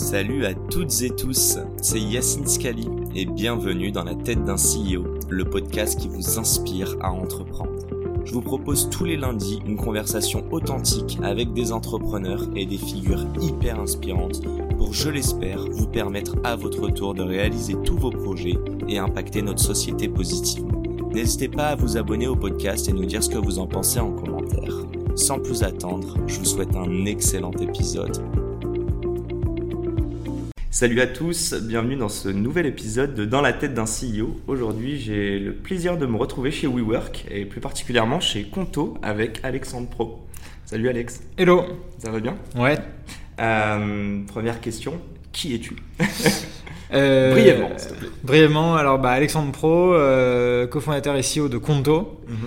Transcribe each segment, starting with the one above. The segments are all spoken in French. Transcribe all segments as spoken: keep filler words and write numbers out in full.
Salut à toutes et tous, c'est Yacine Scali et bienvenue dans la tête d'un C E O, le podcast qui vous inspire à entreprendre. Je vous propose tous les lundis une conversation authentique avec des entrepreneurs et des figures hyper inspirantes pour, je l'espère, vous permettre à votre tour de réaliser tous vos projets et impacter notre société positivement. N'hésitez pas à vous abonner au podcast et nous dire ce que vous en pensez en commentaire. Sans plus attendre, je vous souhaite un excellent épisode. Salut à tous, bienvenue dans ce nouvel épisode de Dans la tête d'un C E O. Aujourd'hui, j'ai le plaisir de me retrouver chez WeWork et plus particulièrement chez Conto avec Alexandre Pro. Salut Alex. Hello. Ça va bien ? Ouais. Euh, première question, qui es-tu ? euh, Brièvement, s'il te plaît. Brièvement, alors bah, Alexandre Pro, euh, cofondateur et C E O de Conto. Mm-hmm.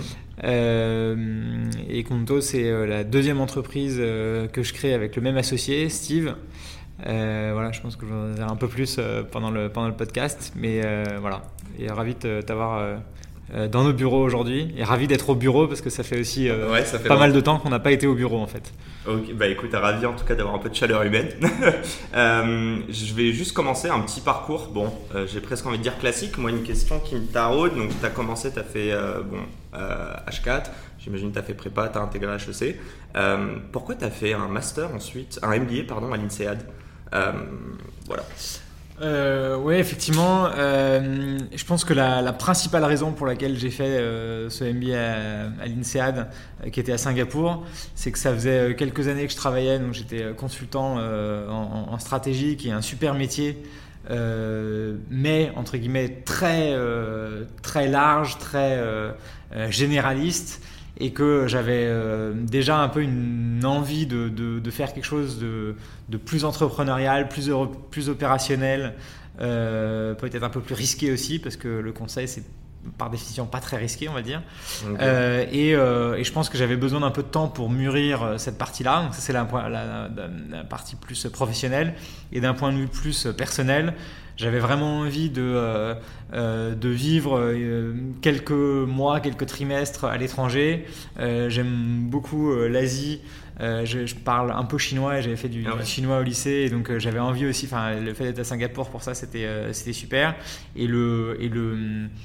Euh, et Conto, c'est euh, la deuxième entreprise euh, que je crée avec le même associé, Steve. Euh, voilà, je pense que je vais en dire un peu plus euh, pendant, le, pendant le podcast, mais euh, voilà, et ravi de t'avoir euh, euh, dans nos bureaux aujourd'hui, et ravi d'être au bureau parce que ça fait aussi euh, ouais, ça fait pas long. mal de temps qu'on n'a pas été au bureau en fait. Ok, bah écoute, ravi en tout cas d'avoir un peu de chaleur humaine. euh, je vais juste commencer un petit parcours, bon, euh, j'ai presque envie de dire classique, moi une question qui me taraude, donc tu as commencé, tu as fait euh, bon, euh, H quatre, j'imagine que tu as fait prépa, tu as intégré H E C. Euh, pourquoi tu as fait un master ensuite, un M B A pardon, à l'INSEAD? Euh, voilà. Euh, oui, effectivement. Euh, je pense que la, la principale raison pour laquelle j'ai fait euh, ce M B A à, à l'INSEAD, euh, qui était à Singapour, c'est que ça faisait quelques années que je travaillais, donc j'étais consultant euh, en, en stratégie, qui est un super métier, euh, mais entre guillemets très euh, très large, très euh, euh, généraliste. Et que j'avais euh, déjà un peu une envie de, de, de faire quelque chose de, de plus entrepreneurial, plus, euro, plus opérationnel, euh, peut-être un peu plus risqué aussi, parce que le conseil, c'est par définition pas très risqué, on va dire. Okay. Euh, et, euh, et je pense que j'avais besoin d'un peu de temps pour mûrir cette partie-là. Donc ça, c'est la, la, la, la partie plus professionnelle. Et d'un point de vue plus personnel, j'avais vraiment envie de, euh, euh, de vivre euh, quelques mois, quelques trimestres à l'étranger. Euh, j'aime beaucoup euh, l'Asie. Euh, je, je parle un peu chinois et j'avais fait du, ah ouais. du chinois au lycée. Et donc euh, j'avais envie aussi, enfin le fait d'être à Singapour pour ça, c'était, euh, c'était super. Et le, et le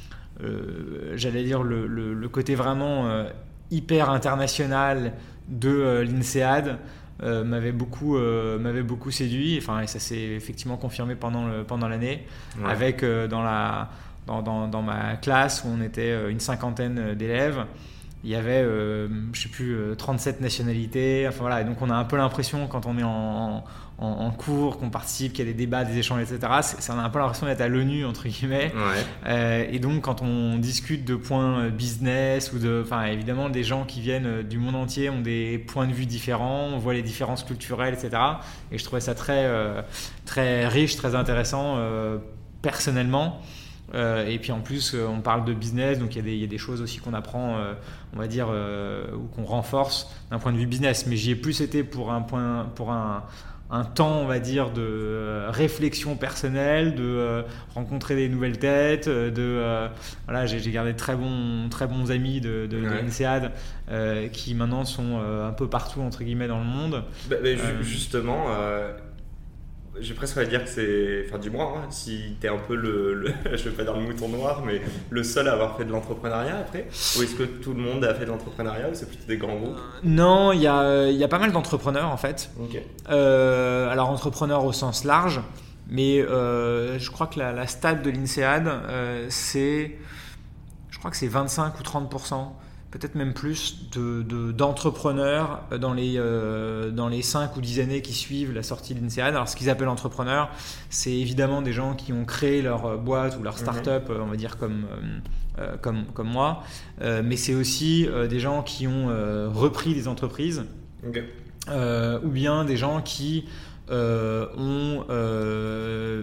euh, j'allais dire le, le, le côté vraiment euh, hyper international de euh, l'INSEAD. Euh, m'avait beaucoup euh, m'avait beaucoup séduit, enfin et ça s'est effectivement confirmé pendant le pendant l'année, ouais. avec euh, dans la dans, dans dans ma classe où on était euh, une cinquantaine d'élèves, il y avait euh, je sais plus euh, trente-sept nationalités, enfin voilà, et donc on a un peu l'impression quand on est en en, en cours, qu'on participe, qu'il y a des débats, des échanges, et cetera. C'est, ça on a un peu l'impression d'être à l'ONU entre guillemets. Ouais. Euh, et donc quand on discute de points business ou de, enfin évidemment des gens qui viennent du monde entier ont des points de vue différents, on voit les différences culturelles, et cetera. Et je trouvais ça très euh, très riche, très intéressant euh, personnellement. Euh, et puis en plus euh, on parle de business, donc il y a des, il y a des choses aussi qu'on apprend, euh, on va dire, euh, ou qu'on renforce d'un point de vue business. Mais j'y ai plus été pour un point, pour un un temps, on va dire, de euh, réflexion personnelle, de euh, rencontrer des nouvelles têtes, de euh, voilà, j'ai, j'ai gardé de très bons, très bons amis de, de, ouais. de l'INSEAD euh, qui maintenant sont euh, un peu partout entre guillemets dans le monde. Bah, bah, euh, justement, euh, j'ai presque envie de dire que c'est, enfin dis-moi, hein, si t'es un peu le, le je vais pas dire le mouton noir, mais le seul à avoir fait de l'entrepreneuriat après, ou est-ce que tout le monde a fait de l'entrepreneuriat ou c'est plutôt des grands groupes ? Non, il y a, il y a pas mal d'entrepreneurs en fait. Okay. Euh, alors entrepreneurs au sens large, mais euh, je crois que la, la stat de l'INSEAD, euh, c'est, je crois que c'est vingt-cinq ou trente pour cent, peut-être même plus, de, de, d'entrepreneurs dans les, euh, dans les cinq ou dix années qui suivent la sortie de l'INSEAD. Alors ce qu'ils appellent entrepreneurs, c'est évidemment des gens qui ont créé leur boîte ou leur start-up, mmh. on va dire comme, euh, comme, comme moi, euh, mais c'est aussi euh, des gens qui ont euh, repris des entreprises, okay. euh, ou bien des gens qui euh, ont... Euh,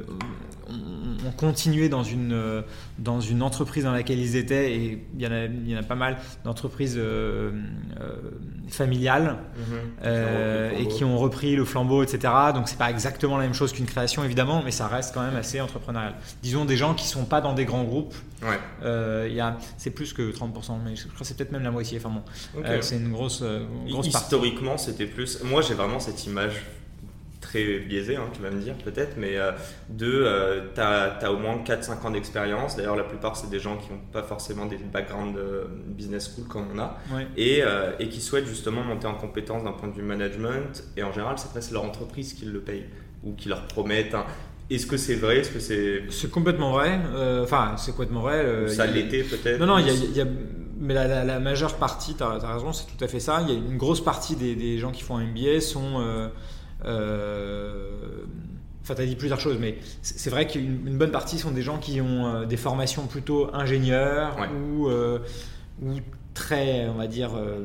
ont continué dans une, dans une entreprise dans laquelle ils étaient, et il y en a, il y en a pas mal d'entreprises euh, euh, familiales mmh. euh, et qui ont repris le flambeau, et cetera. Donc c'est pas exactement la même chose qu'une création évidemment, mais ça reste quand même assez entrepreneurial. Disons des gens qui sont pas dans des grands groupes. Ouais. Euh, y a, c'est plus que trente pour cent, mais je crois que c'est peut-être même la moitié. Enfin bon, okay. euh, c'est une grosse, euh, grosse Historiquement, partie. C'était plus. Moi, j'ai vraiment cette image très très biaisé, hein, tu vas me dire peut-être, mais euh, deux, euh, tu as au moins quatre cinq ans d'expérience. D'ailleurs, la plupart, c'est des gens qui n'ont pas forcément des backgrounds de business school comme on a, ouais. et, euh, et qui souhaitent justement monter en compétence d'un point de vue management. Et en général, c'est presque leur entreprise qui le paye ou qui leur promettent un... Est-ce que c'est vrai? Est-ce que c'est... C'est complètement vrai. Euh, enfin, c'est complètement vrai. Euh, ça y a... l'était peut-être. Non, non, il y a, y a... mais la, la, la majeure partie, tu as raison, c'est tout à fait ça. Il y a une grosse partie des, des gens qui font un M B A sont... Euh, euh... Enfin, tu as dit plusieurs choses, mais c'est vrai qu'une une bonne partie sont des gens qui ont euh, des formations plutôt ingénieurs ouais. ou, euh, ou très, on va dire... Euh,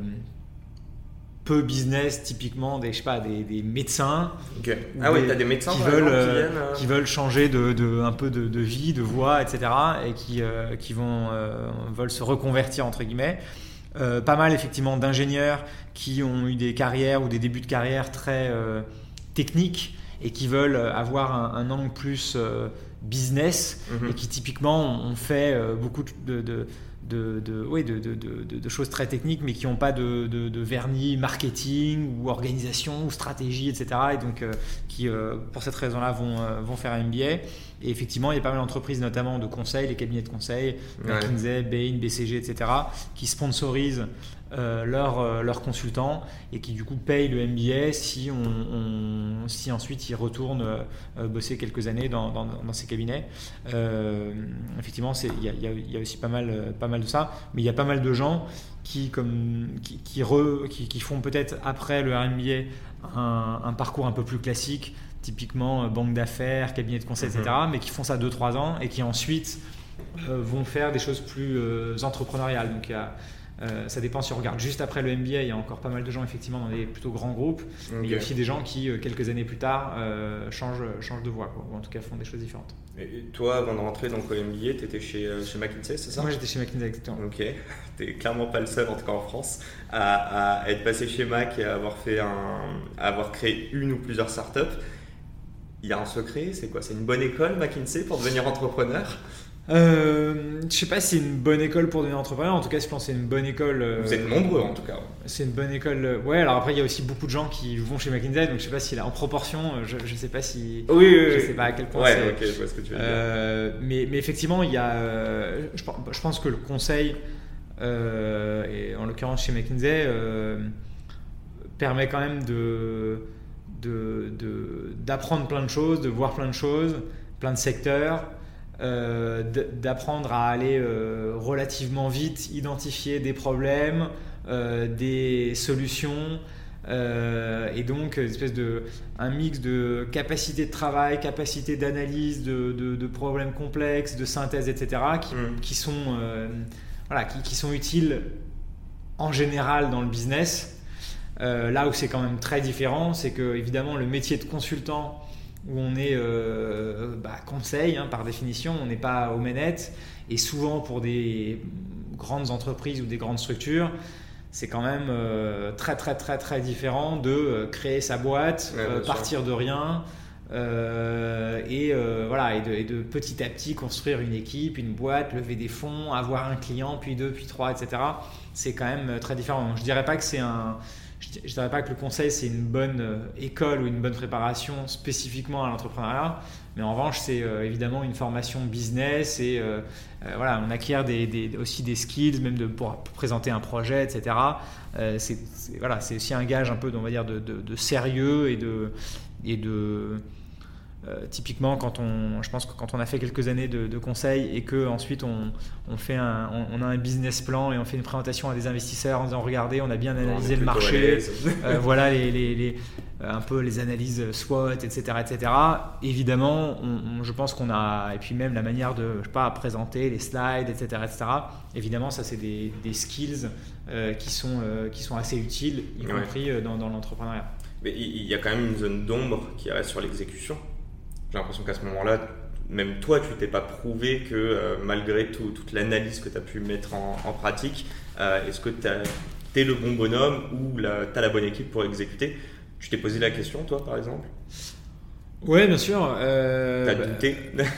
peu business, typiquement des, je sais pas, des, des médecins. Okay. Ah oui, tu as des médecins qui veulent, exemple, euh, qui, viennent, euh... qui veulent changer de, de, un peu de, de vie, de voie, et cetera. Et qui, euh, qui vont, euh, veulent se reconvertir, entre guillemets. Euh, pas mal, effectivement, d'ingénieurs qui ont eu des carrières ou des débuts de carrière très euh, techniques et qui veulent avoir un, un angle plus euh, business mm-hmm. et qui, typiquement, ont fait euh, beaucoup de... de De, de, oui, de, de, de, de choses très techniques mais qui n'ont pas de, de, de vernis marketing ou organisation ou stratégie, et cetera. Et donc euh, qui, euh, pour cette raison-là, vont, euh, vont faire un M B A. Et effectivement, il y a pas mal d'entreprises, notamment de conseil, les cabinets de conseil, ouais. McKinsey, Bain, B C G, et cetera, qui sponsorisent euh, leurs euh, leurs consultants et qui du coup payent le M B A si, on, on, si ensuite ils retournent euh, bosser quelques années dans, dans, dans ces cabinets. Euh, effectivement, il y a, y, a, y a aussi pas mal, pas mal de ça, mais il y a pas mal de gens qui, comme, qui, qui, re, qui, qui font peut-être après le M B A un, un parcours un peu plus classique, typiquement banque d'affaires, cabinet de conseil, mm-hmm. et cetera, mais qui font ça deux trois ans et qui ensuite euh, vont faire des choses plus euh, entrepreneuriales. Donc il y a Euh, ça dépend si on regarde juste après le M B A, il y a encore pas mal de gens effectivement dans des plutôt grands groupes, okay. mais il y a aussi des gens qui quelques années plus tard euh, changent, changent de voie, quoi, ou en tout cas font des choses différentes. Et toi, avant de rentrer donc, au M B A, tu étais chez, chez McKinsey, c'est ça? Moi j'étais chez McKinsey, exactement. Ok, tu n'es clairement pas le seul, en tout cas en France, à, à être passé chez Mac et à avoir, fait un, à avoir créé une ou plusieurs startups. Il y a un secret, c'est quoi? C'est une bonne école McKinsey pour devenir entrepreneur? Euh, je sais pas si c'est une bonne école pour devenir entrepreneur. En tout cas, je pense que c'est une bonne école. Euh, Vous êtes nombreux en tout cas. C'est une bonne école. Euh, ouais. Alors après, il y a aussi beaucoup de gens qui vont chez McKinsey, donc je sais pas si là, en proportion, je, je sais pas si. Oui, oui, je oui. sais pas à quel point. Ouais, c'est, ok, je vois ce que tu veux euh, dire. Mais, mais effectivement, il y a. Euh, je, je pense que le conseil, euh, et en l'occurrence chez McKinsey, euh, permet quand même de, de, de d'apprendre plein de choses, de voir plein de choses, plein de secteurs. Euh, d'apprendre à aller euh, relativement vite, identifier des problèmes, euh, des solutions, euh, et donc une espèce de un mix de capacité de travail, capacité d'analyse de, de, de problèmes complexes, de synthèse, et cetera, qui, mmh. qui sont euh, voilà, qui, qui sont utiles en général dans le business. Euh, là où c'est quand même très différent, c'est que évidemment le métier de consultant, où on est euh, bah, conseil, hein, par définition, on n'est pas aux manettes, et souvent pour des grandes entreprises ou des grandes structures, c'est quand même euh, très très très très différent de euh, créer sa boîte, ouais, euh, partir de rien, euh, et, euh, voilà, et, de, et de petit à petit construire une équipe, une boîte, lever des fonds, avoir un client, puis deux, puis trois, et cetera. C'est quand même très différent. Donc, je dirais pas que c'est un Je ne dirais pas que le conseil c'est une bonne école ou une bonne préparation spécifiquement à l'entrepreneuriat, mais en revanche c'est euh, évidemment une formation business et euh, euh, voilà, on acquiert des, des, aussi des skills même de, pour présenter un projet, et cetera. Euh, c'est, c'est, voilà, c'est aussi un gage un peu, on va dire, de, de, de sérieux et de, et de Euh, typiquement, quand on, je pense que quand on a fait quelques années de, de conseil et que ensuite on, on fait un, on, on a un business plan et on fait une présentation à des investisseurs en disant regardez, on a bien analysé le marché, euh, voilà les, les, les, un peu les analyses SWOT, et cetera, et cetera. Évidemment, on, on, je pense qu'on a, et puis même la manière de, je sais pas, présenter les slides, et cetera, et cetera. Évidemment, ça c'est des, des skills euh, qui sont, euh, qui sont assez utiles, y ouais. compris dans, dans l'entrepreneuriat. Mais il y a quand même une zone d'ombre qui reste sur l'exécution. J'ai l'impression qu'à ce moment-là, même toi, tu t'es pas prouvé que euh, malgré tout, toute l'analyse que tu as pu mettre en, en pratique, euh, est-ce que tu es le bon bonhomme ou tu as la bonne équipe pour exécuter? Tu t'es posé la question, toi, par exemple? Oui, bien sûr. Euh, tu as bah, douté?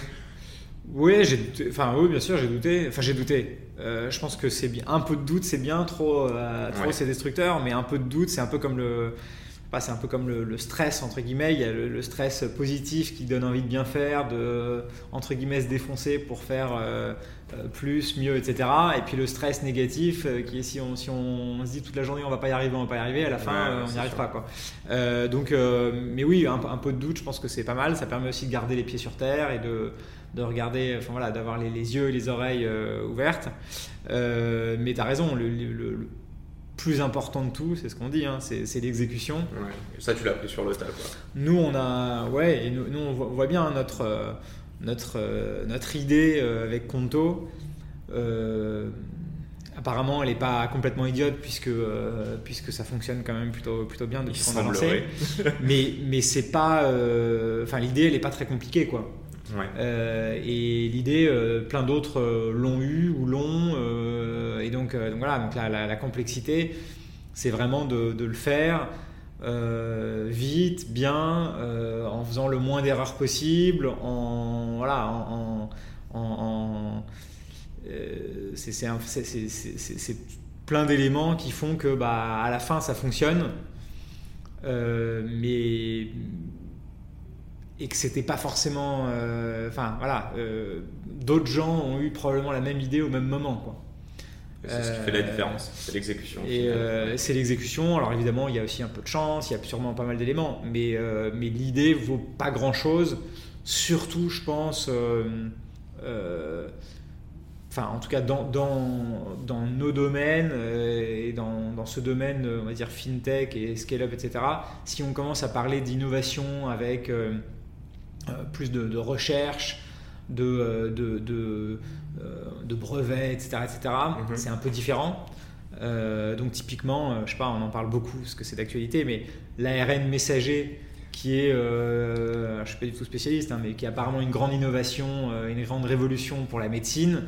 Oui, j'ai douté. Enfin, oui, bien sûr, j'ai douté. Enfin, j'ai douté. Euh, je pense que c'est bien. Un peu de doute, c'est bien. Trop, euh, trop, ouais. c'est destructeur. Mais un peu de doute, c'est un peu comme le... pas, c'est un peu comme le, le stress entre guillemets. Il y a le, le stress positif qui donne envie de bien faire, de entre guillemets se défoncer pour faire euh, plus, mieux, et cetera. Et puis le stress négatif euh, qui est si on, si on se dit toute la journée on va pas y arriver, on va pas y arriver, à la fin ouais, euh, on n'y arrive sûr. pas quoi. Euh, donc, euh, mais oui, un, un peu de doute, je pense que c'est pas mal. Ça permet aussi de garder les pieds sur terre et de, de regarder, enfin voilà, d'avoir les, les yeux et les oreilles euh, ouvertes. Euh, mais tu as raison, le, le, le plus important de tout, c'est ce qu'on dit, hein, c'est, c'est l'exécution. Ouais. Ça, tu l'as pris sur le tas, quoi. Nous, on a, ouais, et nous, nous on, voit, on voit bien notre, euh, notre, euh, notre idée euh, avec Conto. Euh, apparemment, elle n'est pas complètement idiote puisque, euh, puisque ça fonctionne quand même plutôt, plutôt bien depuis qu'on a lancé. mais, mais c'est pas, enfin, euh, l'idée, elle n'est pas très compliquée, quoi. Ouais. Euh, et l'idée, euh, plein d'autres euh, l'ont eu ou l'ont, euh, et donc, euh, donc voilà, donc la, la, la complexité, c'est vraiment de, de le faire euh, vite, bien, euh, en faisant le moins d'erreurs possible, en voilà, en, en, en euh, c'est, c'est, un, c'est, c'est, c'est, c'est plein d'éléments qui font que bah, à la fin ça fonctionne, euh, mais et que c'était pas forcément, enfin euh, voilà, euh, d'autres gens ont eu probablement la même idée au même moment, quoi. C'est euh, ce qui fait la différence, c'est l'exécution. Et euh, c'est l'exécution. Alors évidemment, il y a aussi un peu de chance, il y a sûrement pas mal d'éléments, mais euh, mais l'idée vaut pas grand chose. Surtout, je pense, euh, euh, enfin en tout cas dans dans dans nos domaines euh, et dans dans ce domaine, on va dire fintech et scale-up, et cetera. Si on commence à parler d'innovation avec euh, Euh, plus de, de recherche, de, de, de, de brevets, et cetera, et cetera. Mm-hmm. C'est un peu différent. Euh, donc typiquement, je sais pas, on en parle beaucoup parce que c'est d'actualité, mais l'A R N messager qui est, euh, je suis pas du tout spécialiste, hein, mais qui est apparemment une grande innovation, euh, une grande révolution pour la médecine.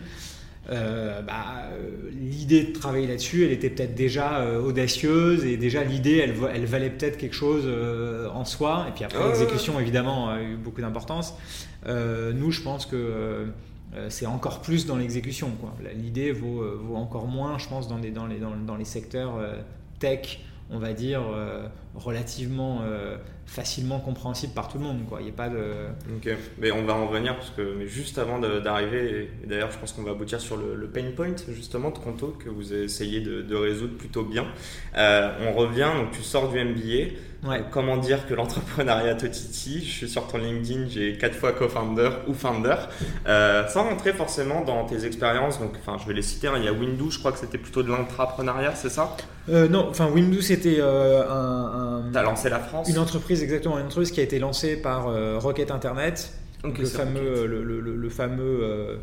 Euh, bah, euh, l'idée de travailler là-dessus, elle était peut-être déjà euh, audacieuse et déjà l'idée, elle, elle valait peut-être quelque chose euh, en soi. Et puis après, oh, l'exécution évidemment a eu beaucoup d'importance. Euh, nous, je pense que euh, c'est encore plus dans l'exécution, quoi. L'idée vaut, euh, vaut encore moins, je pense, dans les, dans les, dans, dans les secteurs euh, tech, on va dire, euh, relativement euh, facilement compréhensible par tout le monde, quoi. Il n'y a pas de... Ok, mais on va en revenir parce que mais juste avant de, d'arriver, et d'ailleurs je pense qu'on va aboutir sur le, le pain point justement de Conto que vous essayez de, de résoudre plutôt bien. Euh, on revient, donc tu sors du M B A. Ouais. Comment dire que l'entrepreneuriat te titille? Je suis sur ton LinkedIn, j'ai quatre fois co-founder ou founder. Euh, sans rentrer forcément dans tes expériences, donc enfin je vais les citer. Hein. Il y a Windoo, je crois que c'était plutôt de l'intrapreneuriat, c'est ça? euh, Non, enfin Windoo c'était euh, un, un. T'as lancé la France? Une entreprise exactement, une entreprise qui a été lancée par euh, Rocket Internet, donc okay, le, fameux, le, le, le, le fameux euh,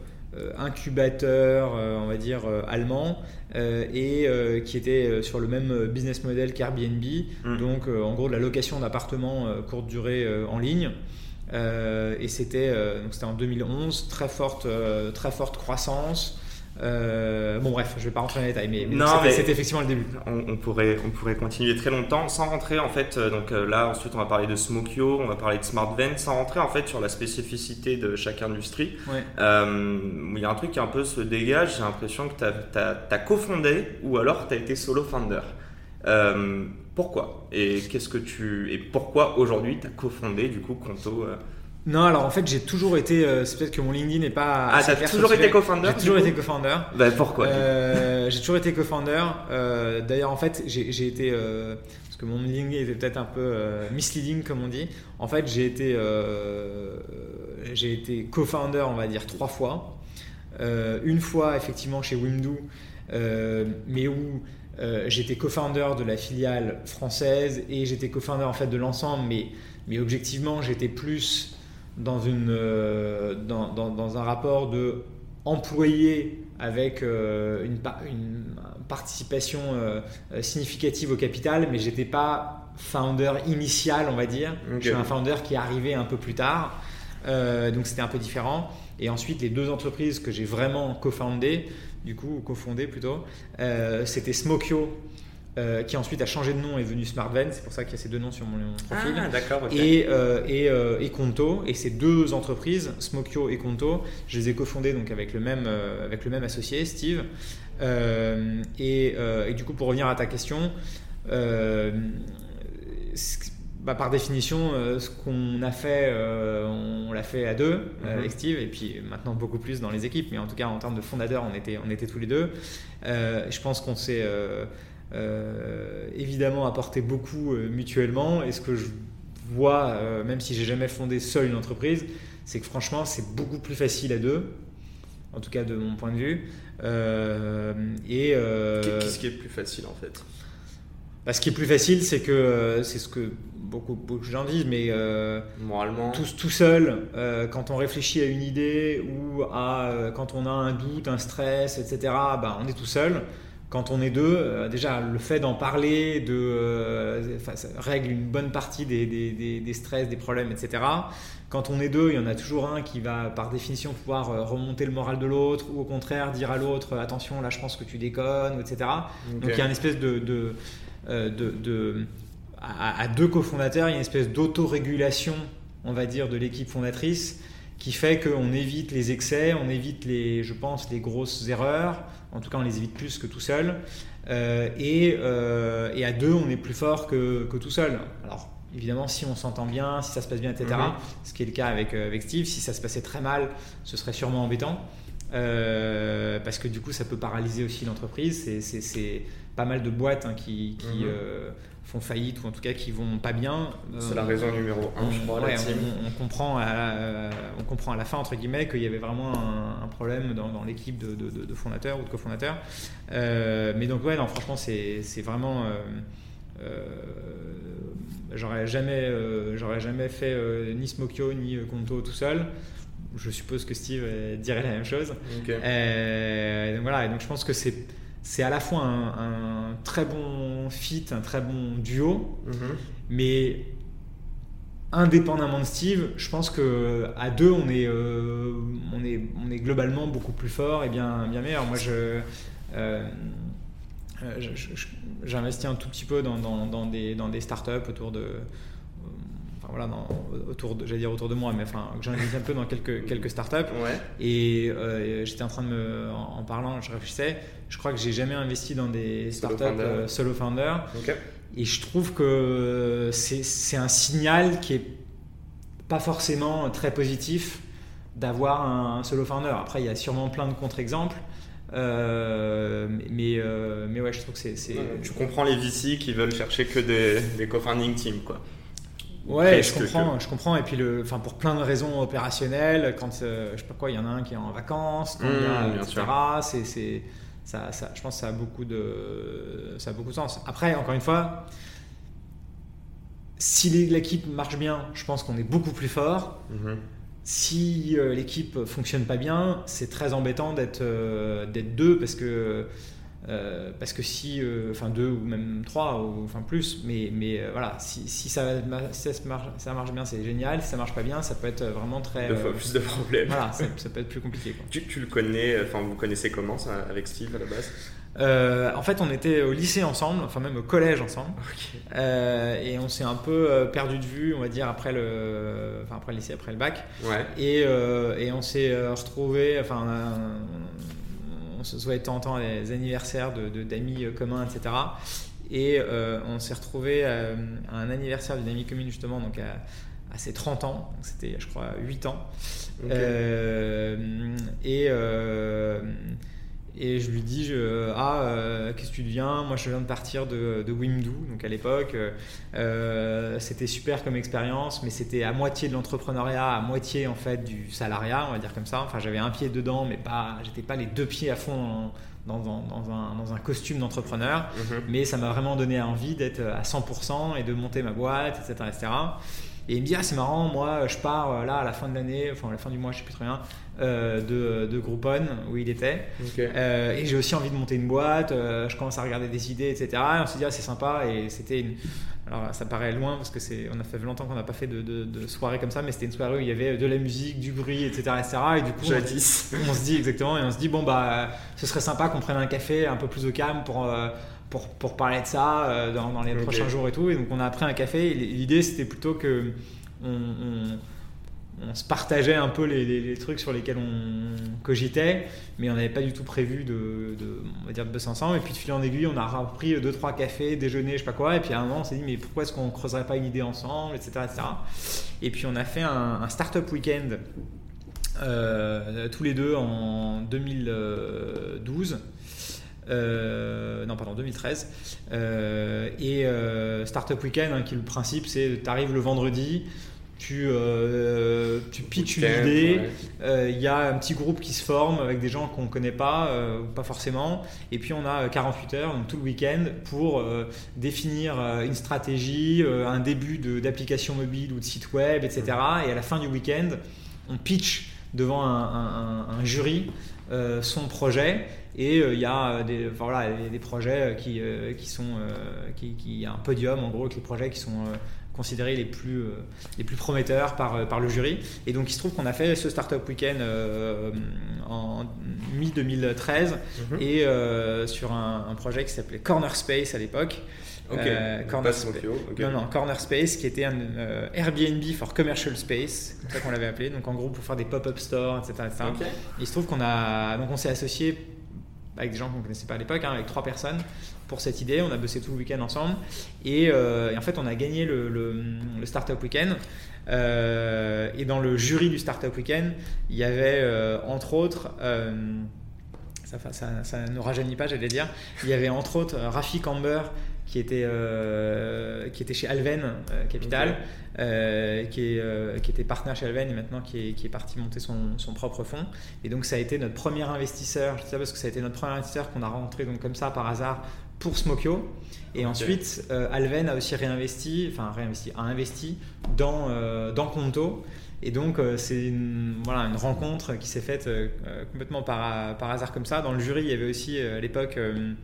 incubateur, euh, on va dire euh, allemand. Euh, et euh, qui était euh, sur le même business model qu'Airbnb, mmh. donc euh, en gros de la location d'appartements euh, courte durée euh, en ligne. Euh, et c'était, euh, donc c'était en deux mille onze, très forte, euh, très forte croissance. Euh, bon bref, je ne vais pas rentrer dans les détails, mais, mais, non, c'était, mais c'était effectivement le début. On, on, pourrait, on pourrait continuer très longtemps sans rentrer en fait. Donc euh, là, ensuite, on va parler de Smokyo, on va parler de SmartVent, sans rentrer en fait sur la spécificité de chaque industrie. Ouais. Euh, il y a un truc qui un peu se dégage. J'ai l'impression que tu as cofondé ou alors tu as été solo founder. Euh, pourquoi et qu'est-ce que tu et pourquoi aujourd'hui tu as cofondé du coup Conto? euh, Non, alors en fait, j'ai toujours été. Euh, c'est peut-être que mon LinkedIn n'est pas. Ah, t'as toujours été co-founder? J'ai toujours été co-founder. Bah, pourquoi? euh, J'ai toujours été co-founder. Euh, d'ailleurs, en fait, j'ai, j'ai été. Euh, parce que mon LinkedIn était peut-être un peu euh, misleading, comme on dit. En fait, j'ai été. Euh, j'ai été co-founder, on va dire, trois fois. Euh, une fois, effectivement, chez Windoo, euh, mais où. Euh, j'étais co-founder de la filiale française et j'étais co-founder en fait de l'ensemble, mais, mais objectivement, j'étais plus. Dans, une, euh, dans, dans, dans un rapport de employé avec euh, une, une participation euh, significative au capital, mais j'étais pas founder initial, on va dire. Okay. Je suis un founder qui est arrivé un peu plus tard, euh, donc c'était un peu différent. Et ensuite, les deux entreprises que j'ai vraiment co-foundées, du coup, cofondées plutôt, euh, c'était Smokyo, Euh, qui ensuite a changé de nom et est devenu SmartVent, c'est pour ça qu'il y a ces deux noms sur mon profil. Ah, d'accord, okay. Et, euh, et, euh, et Conto, et ces deux entreprises, Smokyo et Conto, je les ai cofondées donc avec le même, euh, avec le même associé, Steve. Euh, et, euh, et du coup, pour revenir à ta question, euh, bah, par définition, euh, ce qu'on a fait, euh, on l'a fait à deux mm-hmm. euh, avec Steve, et puis maintenant beaucoup plus dans les équipes, mais en tout cas en termes de fondateurs, on était, on était tous les deux. Euh, je pense qu'on s'est euh, euh, évidemment apporté beaucoup euh, mutuellement, et ce que je vois, euh, même si j'ai jamais fondé seul une entreprise, c'est que franchement c'est beaucoup plus facile à deux, en tout cas de mon point de vue. Euh, et euh, qu'est-ce qui est plus facile en fait? Bah, ce qui est plus facile, c'est que c'est ce que beaucoup, beaucoup de gens disent, mais euh, moralement, tout, tout seul, euh, quand on réfléchit à une idée ou à euh, quand on a un doute, un stress, et cetera, bah, on est tout seul. Quand on est deux, euh, déjà le fait d'en parler, de, euh, ça règle une bonne partie des, des, des, des stress, des problèmes, et cetera. Quand on est deux, il y en a toujours un qui va par définition pouvoir remonter le moral de l'autre, ou au contraire dire à l'autre attention, là je pense que tu déconnes, et cetera. Okay. Donc il y a une espèce de, de De, de, à, à deux cofondateurs, il y a une espèce d'autorégulation, on va dire, de l'équipe fondatrice qui fait qu'on évite les excès, on évite, les, je pense, les grosses erreurs. En tout cas, on les évite plus que tout seul. Euh, et, euh, et à deux, on est plus fort que, que tout seul. Alors, évidemment, si on s'entend bien, si ça se passe bien, et cetera, mm-hmm. ce qui est le cas avec, avec Steve, si ça se passait très mal, ce serait sûrement embêtant. Euh, parce que du coup ça peut paralyser aussi l'entreprise. C'est, c'est, c'est pas mal de boîtes hein, qui, qui mmh. euh, font faillite, ou en tout cas qui vont pas bien. C'est euh, la raison numéro un, je crois, ouais, la team. On, on, comprend à, on comprend à la fin entre guillemets qu'il y avait vraiment un, un problème dans, dans l'équipe de, de, de, de fondateurs ou de cofondateurs. Euh, mais donc ouais, non, franchement c'est, c'est vraiment euh, euh, j'aurais jamais euh, j'aurais jamais fait euh, ni Smokyo ni Conto tout seul. Je suppose que Steve dirait la même chose. Okay. Euh, donc voilà, et donc je pense que c'est, c'est à la fois un, un très bon fit, un très bon duo, mm-hmm. mais indépendamment de Steve, je pense qu'à deux, on est, euh, on, est, on est globalement beaucoup plus fort et bien, bien meilleur. Moi, je, euh, je, je, j'investis un tout petit peu dans, dans, dans, des, dans des startups autour de... Voilà, dans, autour de, j'allais dire autour de moi, mais enfin, j'investis un peu dans quelques, quelques startups. Ouais. Et euh, j'étais en train de me, en, en parlant, je réfléchissais, je crois que j'ai jamais investi dans des solo startups founder. euh, solo founder. Okay. Et je trouve que c'est, c'est un signal qui est pas forcément très positif d'avoir un solo founder. Après, il y a sûrement plein de contre-exemples. Euh, mais, euh, mais ouais, je trouve que c'est. c'est... Ouais, tu comprends les V C qui veulent chercher que des, des co-founding teams, quoi. Ouais, Presque je comprends, que... je comprends. Et puis, le, enfin, pour plein de raisons opérationnelles, quand euh, je sais pas quoi, il y en a un qui est en vacances, quand mmh, il y a, et cetera. C'est, c'est, ça, ça, je pense que ça a beaucoup de, ça a beaucoup de sens. Après, encore une fois, si l'équipe marche bien, je pense qu'on est beaucoup plus fort. Mmh. Si euh, l'équipe fonctionne pas bien, c'est très embêtant d'être, euh, d'être deux parce que. Euh, parce que si, enfin euh, deux ou même trois ou enfin plus, mais, mais euh, voilà, si, si, ça, si ça, marche, ça marche bien, c'est génial. Si ça marche pas bien, ça peut être vraiment très. Deux fois euh, plus de problèmes. Voilà, ça, ça peut être plus compliqué. Quoi. Tu, tu le connais, enfin vous connaissez comment ça avec Steve à la base? Euh, en fait, on était au lycée ensemble, enfin même au collège ensemble, okay. euh, et on s'est un peu perdu de vue, on va dire après le, enfin après le lycée, après le bac, ouais. et, euh, et on s'est retrouvés, enfin. On se souhaite de temps en temps les anniversaires de, de, d'amis communs, et cetera. Et euh, on s'est retrouvés à, à un anniversaire d'une amie commune, justement, donc à, à ses trente ans. Donc c'était, je crois, huit ans. Okay. Euh, et, euh, et je lui dis je, Ah, euh, qu'est-ce que tu deviens? Moi, je viens de partir de, de Wimdu. Donc à l'époque, euh, c'était super comme expérience, mais c'était à moitié de l'entrepreneuriat, à moitié en fait du salariat, on va dire comme ça. Enfin, j'avais un pied dedans, mais pas, j'étais pas les deux pieds à fond dans, dans, dans, un, dans un costume d'entrepreneur. Mm-hmm. Mais ça m'a vraiment donné envie d'être à cent pour cent et de monter ma boîte, et cetera, et cetera. Et il me dit ah c'est marrant, moi je pars là à la fin de l'année, enfin à la fin du mois, je sais plus très bien, euh, de, de Groupon où il était. Okay. Euh, et j'ai aussi envie de monter une boîte. Euh, je commence à regarder des idées, et cetera. Et on s'est dit ah c'est sympa. Et c'était une... alors ça paraît loin parce que c'est, on a fait longtemps qu'on n'a pas fait de, de, de soirée comme ça, mais c'était une soirée où il y avait de la musique, du bruit, et cetera, et cetera. Et du coup Jadis. On, on se dit exactement, et on se dit bon bah ce serait sympa qu'on prenne un café un peu plus au calme pour euh, Pour, pour parler de ça euh, dans, dans les okay. prochains jours et tout. Et donc on a pris un café et l'idée c'était plutôt que on, on, on se partageait un peu les, les, les trucs sur lesquels on cogitait, mais on n'avait pas du tout prévu de, de, on va dire, de bosser ensemble. Et puis de fil en aiguille, on a repris deux trois cafés, déjeuner, je sais pas quoi. Et puis à un moment, on s'est dit mais pourquoi est-ce qu'on creuserait pas une idée ensemble, et cetera, et cetera. Et puis on a fait un, un startup week-end euh, tous les deux en deux mille douze. Euh, non pardon deux mille treize euh, et euh, Startup Weekend hein, qui le principe c'est tu arrives le vendredi, tu, euh, tu pitches une idée, il ouais. euh, y a un petit groupe qui se forme avec des gens qu'on ne connaît pas euh, ou pas forcément, et puis on a quarante-huit heures, donc tout le week-end pour euh, définir euh, une stratégie, euh, un début de, d'application mobile ou de site web, etc. Et à la fin du week-end on pitch devant un, un, un jury euh, son projet. Et il euh, y a des, enfin, voilà, des projets qui, euh, qui sont, euh, qui, qui y a un podium en gros avec les projets qui sont euh, considérés les plus, euh, les plus prometteurs par, par le jury. Et donc il se trouve qu'on a fait ce Startup Weekend euh, en mi deux mille treize mm-hmm. et euh, sur un, un projet qui s'appelait Corner Space à l'époque. Ok, euh, Corner Spa- okay. Non, non, Corner Space qui était un euh, Airbnb for Commercial Space, c'est comme ça qu'on l'avait appelé. Donc en gros pour faire des pop-up stores, et cetera, et cetera. Okay. Et il se trouve qu'on a, donc on s'est associé avec des gens qu'on ne connaissait pas à l'époque, hein, avec trois personnes pour cette idée. On a bossé tout le week-end ensemble et, euh, et en fait on a gagné le, le, le Startup Weekend euh, et dans le jury du Startup Weekend il y avait euh, entre autres euh, ça, ça, ça ne rajeunit pas j'allais dire, il y avait entre autres Rafik Amber qui était, euh, qui était chez Alven euh, Capital, okay. euh, qui, est, euh, qui était partenaire chez Alven et maintenant qui est, qui est parti monter son, son propre fonds. Et donc ça a été notre premier investisseur, je dis ça parce que ça a été notre premier investisseur qu'on a rencontré donc comme ça par hasard pour Smokyo. Et okay. ensuite euh, Alven a aussi réinvesti, enfin réinvesti, a investi dans, euh, dans Conto. Et donc euh, c'est une, voilà, une rencontre qui s'est faite euh, complètement par, par hasard comme ça. Dans le jury il y avait aussi euh, à l'époque euh,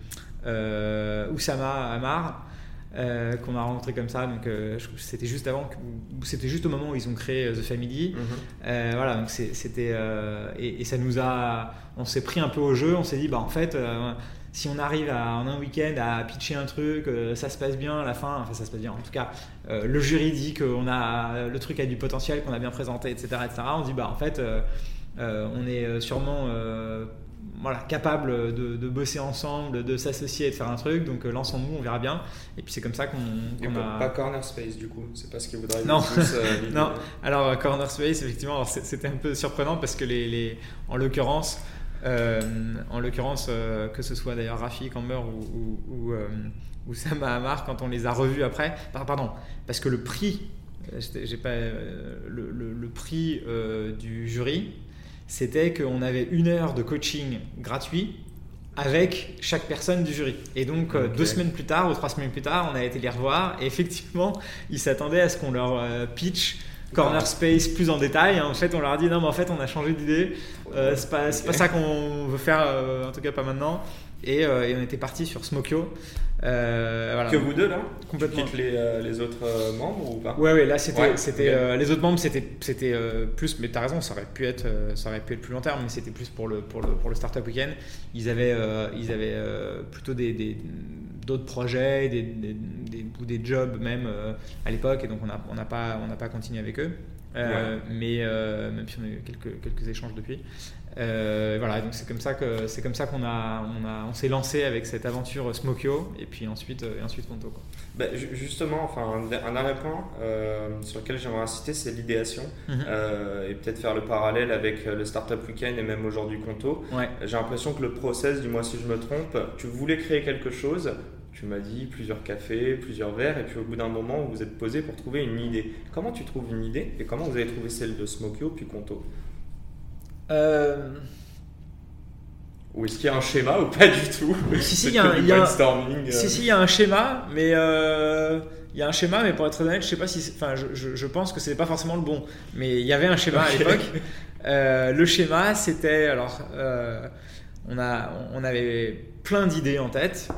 Euh, Oussama Amar euh, qu'on a rencontré comme ça, donc euh, c'était juste avant que, c'était juste au moment où ils ont créé The Family. Mm-hmm. euh, voilà donc c'est, c'était euh, et, et ça nous a, on s'est pris un peu au jeu, on s'est dit bah en fait euh, si on arrive à, en un week-end à pitcher un truc, euh, ça se passe bien à la fin, enfin ça se passe bien en tout cas euh, le jury dit qu'on a le truc a du potentiel, qu'on a bien présenté, etc, etc. On se dit bah en fait euh, euh, on est sûrement euh, voilà, capable de, de bosser ensemble, de s'associer et de faire un truc, donc euh, lançons-nous, on verra bien. Et puis c'est comme ça qu'on, qu'on et a... Pas Corner Space du coup, c'est pas ce qu'il voudrait non. le plus euh, non, alors Corner Space effectivement, alors, c'était un peu surprenant parce que les, les, en l'occurrence, euh, en l'occurrence euh, que ce soit d'ailleurs Rafik Amber ou, ou, ou, euh, ou Sama Amar, quand on les a revus après, pardon, parce que le prix, j'ai pas, euh, le, le, le prix euh, du jury, c'était qu'on avait une heure de coaching gratuit avec chaque personne du jury. Et donc, okay. deux semaines plus tard ou trois semaines plus tard, on a été les revoir et effectivement, ils s'attendaient à ce qu'on leur euh, pitch Corner Space plus en détail. En fait, on leur a dit non, mais en fait, on a changé d'idée. Euh, c'est pas, c'est okay. pas ça qu'on veut faire, euh, en tout cas pas maintenant. Et, euh, et on était parti sur Smokyo. Euh, voilà. Que vous deux là complètement. Tu quittes les, euh, les autres euh, membres ou pas? Ouais, ouais, là c'était, ouais, c'était euh, les autres membres c'était, c'était euh, plus, mais t'as raison, ça aurait pu être, euh, ça aurait pu être plus long terme, mais c'était plus pour le, pour le, pour le Startup Weekend. Ils avaient, euh, ils avaient euh, plutôt des, des, d'autres projets, des, des, des, ou des jobs même euh, à l'époque, et donc on n'a on a pas, on a pas continué avec eux. Euh, ouais. Mais euh, même si on a eu quelques, quelques échanges depuis. Euh, voilà, donc c'est comme ça que c'est comme ça qu'on a on a on s'est lancé avec cette aventure Smokyo et puis ensuite et ensuite Conto quoi. Bah, justement, enfin un, un dernier point euh, sur lequel j'aimerais insister, c'est l'idéation mm-hmm. euh, et peut-être faire le parallèle avec le Startup Weekend et même aujourd'hui Conto. Ouais. J'ai l'impression que le process, dis-moi si je me trompe, tu voulais créer quelque chose. Tu m'as dit plusieurs cafés, plusieurs verres, et puis au bout d'un moment, vous vous êtes posé pour trouver une idée. Comment tu trouves une idée et comment vous avez trouvé celle de Smokyo puis Conto? euh... Ou est-ce qu'il y a un schéma ou pas du tout? Si, si, il y a un, il y a un... si, si, il y a un schéma, mais euh... il y a un schéma, mais pour être honnête, je sais pas si, enfin, je, je, je pense que c'est pas forcément le bon, mais il y avait un schéma okay. à l'époque. Euh, le schéma, c'était, alors, euh, on a, on avait plein d'idées en tête.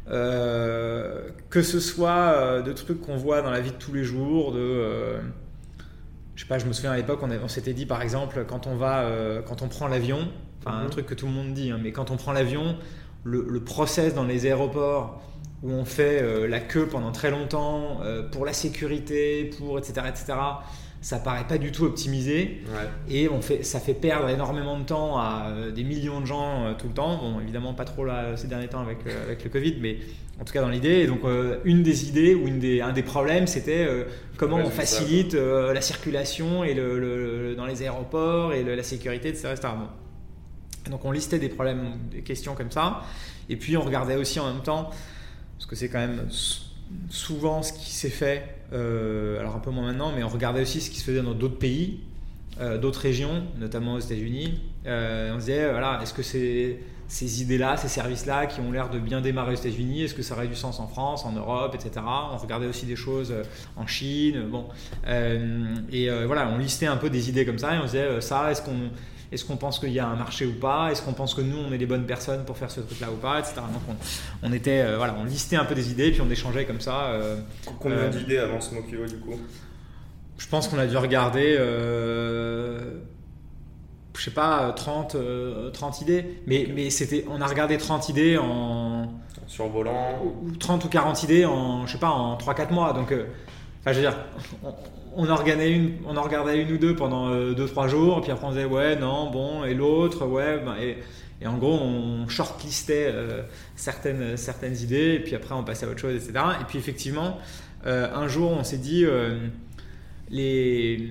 Euh, que ce soit euh, de trucs qu'on voit dans la vie de tous les jours, de, euh, je sais pas, je me souviens à l'époque, on, a, on s'était dit par exemple quand on va, euh, quand on prend l'avion, enfin mm-hmm. un truc que tout le monde dit, hein, mais quand on prend l'avion, le, le process dans les aéroports où on fait euh, la queue pendant très longtemps euh, pour la sécurité, pour et cetera et cetera. Ça paraît pas du tout optimisé ouais. et on fait, ça fait perdre énormément de temps à euh, des millions de gens euh, tout le temps. Bon, évidemment pas trop là ces derniers temps avec, euh, avec le Covid, mais en tout cas dans l'idée. Et donc euh, une des idées ou une des, un des problèmes, c'était euh, comment ouais, on facilite euh, la circulation et le, le, le, dans les aéroports et le, la sécurité, et cetera, et cetera. Bon. Donc on listait des problèmes, des questions comme ça, et puis on regardait aussi en même temps, parce que c'est quand même souvent ce qui s'est fait, euh, alors un peu moins maintenant, mais on regardait aussi ce qui se faisait dans d'autres pays, euh, d'autres régions, notamment aux États-Unis. Euh, on se disait, voilà, est-ce que c'est, ces idées-là, ces services-là qui ont l'air de bien démarrer aux États-Unis, est-ce que ça aurait du sens en France, en Europe, et cetera. On regardait aussi des choses en Chine, bon, euh, et euh, voilà, on listait un peu des idées comme ça, et on se disait, euh, ça, est-ce qu'on Est-ce qu'on pense qu'il y a un marché ou pas? Est-ce qu'on pense que nous, on est les bonnes personnes pour faire ce truc-là ou pas, et cetera. Donc on, on était, euh, voilà, on listait un peu des idées, puis on échangeait comme ça. Euh, Combien euh, d'idées avant Smokio du coup? Je pense qu'on a dû regarder, euh, je sais pas, trente, euh, trente idées. Mais, okay. mais c'était, on a regardé trente idées en survolant. Ou trente ou quarante idées en, je sais pas, en trois quatre mois. Donc, euh, enfin, je veux dire. On, On en, regardait une, on en regardait une ou deux pendant deux trois jours, puis après on disait ouais, non, bon, et l'autre, ouais, ben, et, et en gros on shortlistait euh, certaines, certaines idées, et puis après on passait à autre chose, et cetera. Et puis effectivement, euh, un jour on s'est dit euh, les,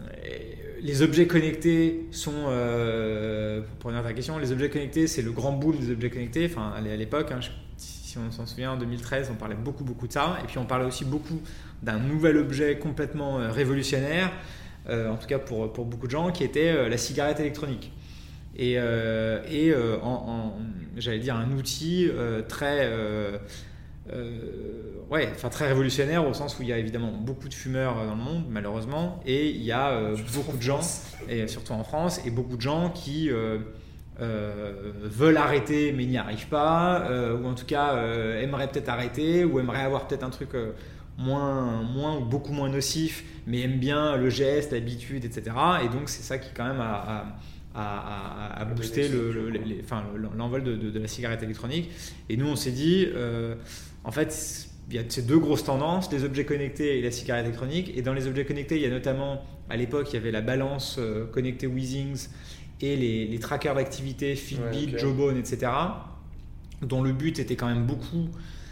les objets connectés sont, euh, pour revenir à ta question, les objets connectés c'est le grand boom des objets connectés, enfin à l'époque, hein, je, si on s'en souvient, en deux mille treize, on parlait beaucoup, beaucoup de ça. Et puis, on parlait aussi beaucoup d'un nouvel objet complètement euh, révolutionnaire, euh, en tout cas pour, pour beaucoup de gens, qui était euh, la cigarette électronique. Et, euh, et euh, en, en, j'allais dire, un outil euh, très, euh, euh, ouais, enfin, très révolutionnaire au sens où il y a évidemment beaucoup de fumeurs dans le monde, malheureusement. Et il y a euh, beaucoup de gens, et surtout en France, et beaucoup de gens qui... Euh, Euh, veulent arrêter mais n'y arrivent pas, euh, ou en tout cas euh, aimeraient peut-être arrêter, ou aimeraient avoir peut-être un truc euh, moins, moins ou beaucoup moins nocif, mais aiment bien le geste, l'habitude, et cetera. Et donc c'est ça qui quand même a, a, a, a boosté le, le, les, les, enfin, l'envol de, de, de la cigarette électronique. Et nous on s'est dit, euh, en fait il y a ces deux grosses tendances, les objets connectés et la cigarette électronique. Et dans les objets connectés il y a notamment, à l'époque il y avait la balance euh, connectée Weezings et les, les trackers d'activité, Fitbit, ouais, okay. Jawbone, et cetera, dont le but était quand même beaucoup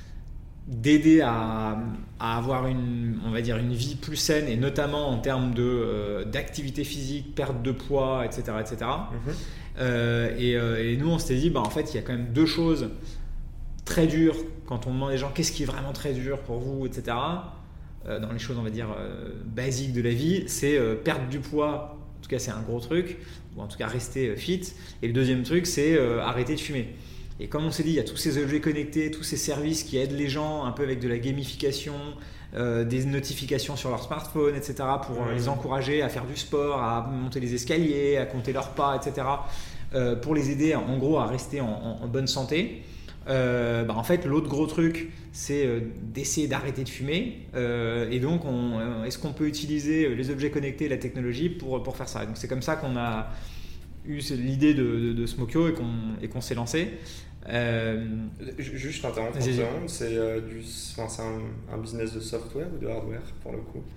d'aider à, à avoir une, on va dire, une vie plus saine, et notamment en termes de, euh, d'activité physique, perte de poids, et cetera, et cetera. Mm-hmm. Euh, et, euh, et nous, on s'était dit, bah, en fait, il y a quand même deux choses très dures quand on demande aux gens qu'est-ce qui est vraiment très dur pour vous, et cetera. Euh, dans les choses, on va dire, euh, basiques de la vie, c'est euh, perdre du poids. En tout cas, c'est un gros truc, ou en tout cas rester fit. Et le deuxième truc, c'est euh, arrêter de fumer. Et comme on s'est dit, il y a tous ces objets connectés, tous ces services qui aident les gens un peu avec de la gamification, euh, des notifications sur leur smartphone, et cetera, pour euh, les encourager à faire du sport, à monter les escaliers, à compter leurs pas, et cetera, euh, pour les aider en gros à rester en, en, en bonne santé. Euh, bah en fait, l'autre gros truc, c'est euh, d'essayer d'arrêter de fumer. Euh, et donc, on, euh, est-ce qu'on peut utiliser les objets connectés, la technologie pour, pour faire ça? Et donc, c'est comme ça qu'on a eu l'idée de, de, de Smokio et qu'on, et qu'on s'est lancé. Euh, Juste, je t'interromps trente secondes. C'est, euh, du, enfin, c'est un, un business de software ou de hardware pour le coup?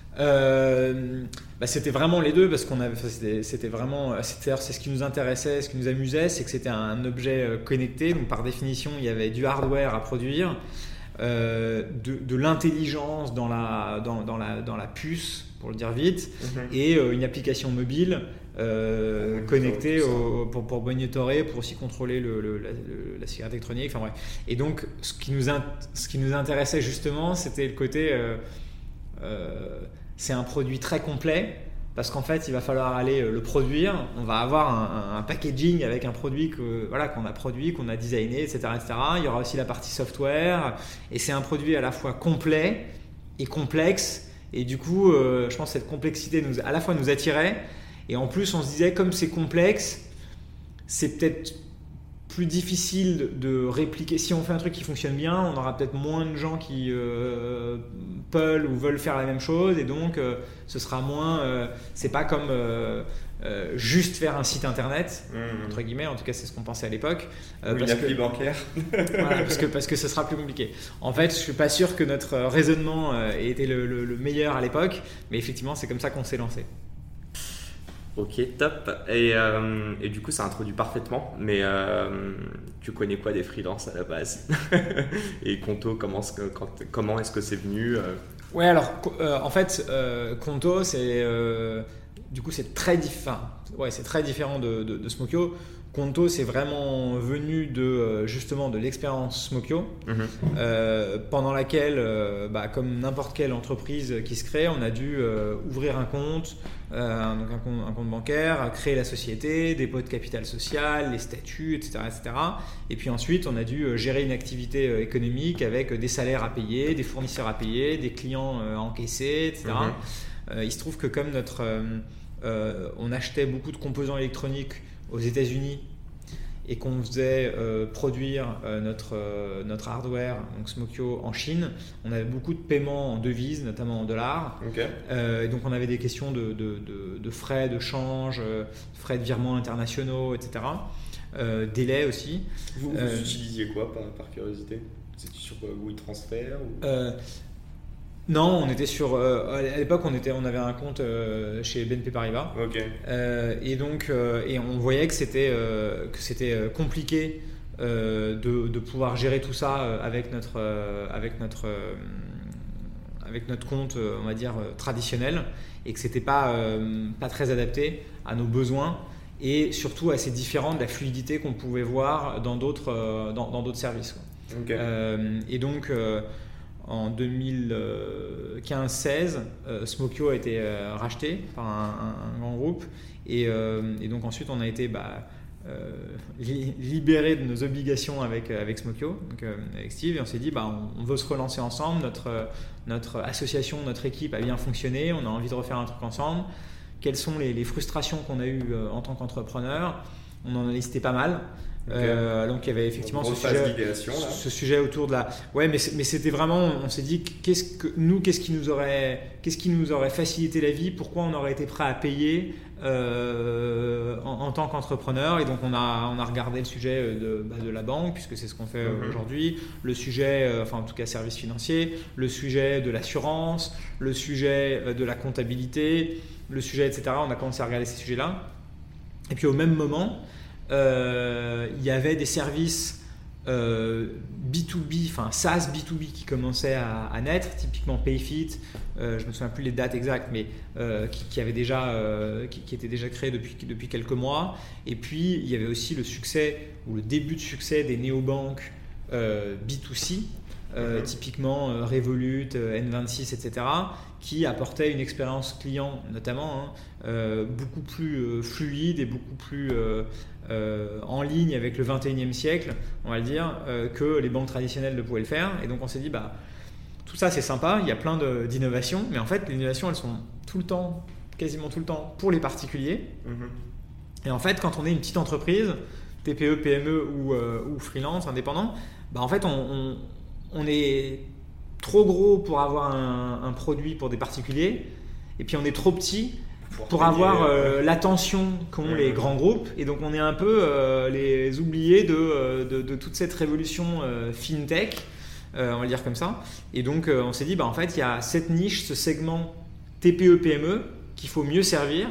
Euh, bah c'était vraiment les deux, parce qu'on avait, c'était, c'était vraiment, c'était, c'est ce qui nous intéressait, ce qui nous amusait, c'est que c'était un objet connecté, donc par définition il y avait du hardware à produire, euh, de, de l'intelligence dans la, dans, dans, la, dans la puce, pour le dire vite, mm-hmm. et euh, une application mobile euh, mmh, connectée au, pour, pour monitorer, pour aussi contrôler le, le, la, le, la cigarette électronique, enfin bref. Et donc ce qui nous, in, ce qui nous intéressait justement, c'était le côté euh, euh, c'est un produit très complet, parce qu'en fait il va falloir aller le produire, on va avoir un, un, un packaging avec un produit que, voilà, qu'on a produit, qu'on a designé, et cetera, et cetera. Il y aura aussi la partie software, et c'est un produit à la fois complet et complexe, et du coup euh, je pense que cette complexité nous, à la fois nous attirait, et en plus on se disait comme c'est complexe, c'est peut-être plus difficile de, de répliquer. Si on fait un truc qui fonctionne bien, on aura peut-être moins de gens qui euh, peuvent ou veulent faire la même chose, et donc euh, ce sera moins. Euh, c'est pas comme euh, euh, juste faire un site internet, mmh. entre guillemets, en tout cas c'est ce qu'on pensait à l'époque. Euh, Ou une appli bancaire. Voilà, parce que, parce que ce sera plus compliqué. En fait, je suis pas sûr que notre raisonnement euh, ait été le, le, le meilleur à l'époque, mais effectivement c'est comme ça qu'on s'est lancé. Ok, top. Et, euh, et du coup, ça introduit parfaitement. Mais euh, tu connais quoi des freelances à la base? Et Conto, comment, quand, comment est-ce que c'est venu? Ouais, alors euh, en fait, euh, Conto, c'est euh, du coup c'est très différent. Ouais, c'est très différent de, de, de Smokyo. Conto, c'est vraiment venu de justement de l'expérience Smokyo, mmh. euh, pendant laquelle, euh, bah, comme n'importe quelle entreprise qui se crée, on a dû euh, ouvrir un compte, euh, donc un compte, un compte bancaire, créer la société, dépôt de capital social, les statuts, et cetera, et cetera. Et puis ensuite, on a dû gérer une activité économique avec des salaires à payer, des fournisseurs à payer, des clients à encaisser, et cetera. Mmh. Euh, il se trouve que comme notre, euh, euh, on achetait beaucoup de composants électroniques aux États-Unis et qu'on faisait euh, produire euh, notre, euh, notre hardware, donc Smokyo, en Chine, on avait beaucoup de paiements en devises, notamment en dollars. Okay. Euh, et donc on avait des questions de, de, de, de frais de change, euh, frais de virements internationaux, et cetera. Euh, délais aussi. Vous, vous euh, utilisiez quoi par, par curiosité? C'était sur euh, WeTransfer ou... euh, Non, on était sur. Euh, à l'époque, on était, on avait un compte euh, chez B N P Paribas. Okay. Euh, et donc, euh, et on voyait que c'était euh, que c'était compliqué euh, de, de pouvoir gérer tout ça avec notre euh, avec notre euh, avec notre compte, on va dire traditionnel, et que c'était pas euh, pas très adapté à nos besoins et surtout assez différent de la fluidité qu'on pouvait voir dans d'autres euh, dans, dans d'autres services. Okay. Euh, et donc euh, en deux mille quinze seize, euh, Smokyo a été euh, racheté par un, un, un grand groupe et, euh, et donc ensuite on a été bah, euh, li- libéré de nos obligations avec, avec Smokyo, donc, euh, avec Steve, et on s'est dit bah, on, on veut se relancer ensemble, notre, notre association, notre équipe a bien fonctionné, on a envie de refaire un truc ensemble. Quelles sont les, les frustrations qu'on a eues euh, en tant qu'entrepreneur? On en a listé pas mal. Okay. Euh, donc il y avait effectivement ce sujet, ce sujet autour de la. Ouais, mais, mais c'était vraiment. On s'est dit qu'est-ce que nous, qu'est-ce qui nous aurait, qu'est-ce qui nous aurait facilité la vie? Pourquoi on aurait été prêt à payer euh, en, en tant qu'entrepreneur? Et donc on a, on a regardé le sujet de, bah, de la banque puisque c'est ce qu'on fait mm-hmm. aujourd'hui. Le sujet, euh, enfin en tout cas services financiers, le sujet de l'assurance, le sujet de la comptabilité, le sujet et cetera. On a commencé à regarder ces sujets-là. Et puis au même moment. Euh, il y avait des services euh, B deux B, enfin SaaS B deux B qui commençaient à, à naître, typiquement Payfit, euh, je me souviens plus les dates exactes, mais euh, qui, qui, avait déjà, euh, qui, qui étaient déjà créés depuis, depuis quelques mois. Et puis il y avait aussi le succès ou le début de succès des néobanques euh, B deux C, euh, mm-hmm. typiquement euh, Revolut, euh, N vingt-six, et cetera, qui apportaient une expérience client notamment hein, euh, beaucoup plus euh, fluide et beaucoup plus euh, euh, en ligne avec le vingt et unième siècle, on va le dire, euh, que les banques traditionnelles ne pouvaient le faire. Et donc on s'est dit, bah, tout ça c'est sympa, il y a plein de, d'innovations, mais en fait les innovations elles sont tout le temps, quasiment tout le temps pour les particuliers. Mm-hmm. Et en fait quand on est une petite entreprise, T P E, P M E ou, euh, ou freelance, indépendant, bah, en fait on, on, on est trop gros pour avoir un, un produit pour des particuliers et puis on est trop petit pour, pour avoir euh, l'attention qu'ont mmh. les grands groupes et donc on est un peu euh, les oubliés de, de, de toute cette révolution euh, fintech, euh, on va le dire comme ça. Et donc euh, on s'est dit bah, en fait il y a cette niche, ce segment T P E P M E qu'il faut mieux servir,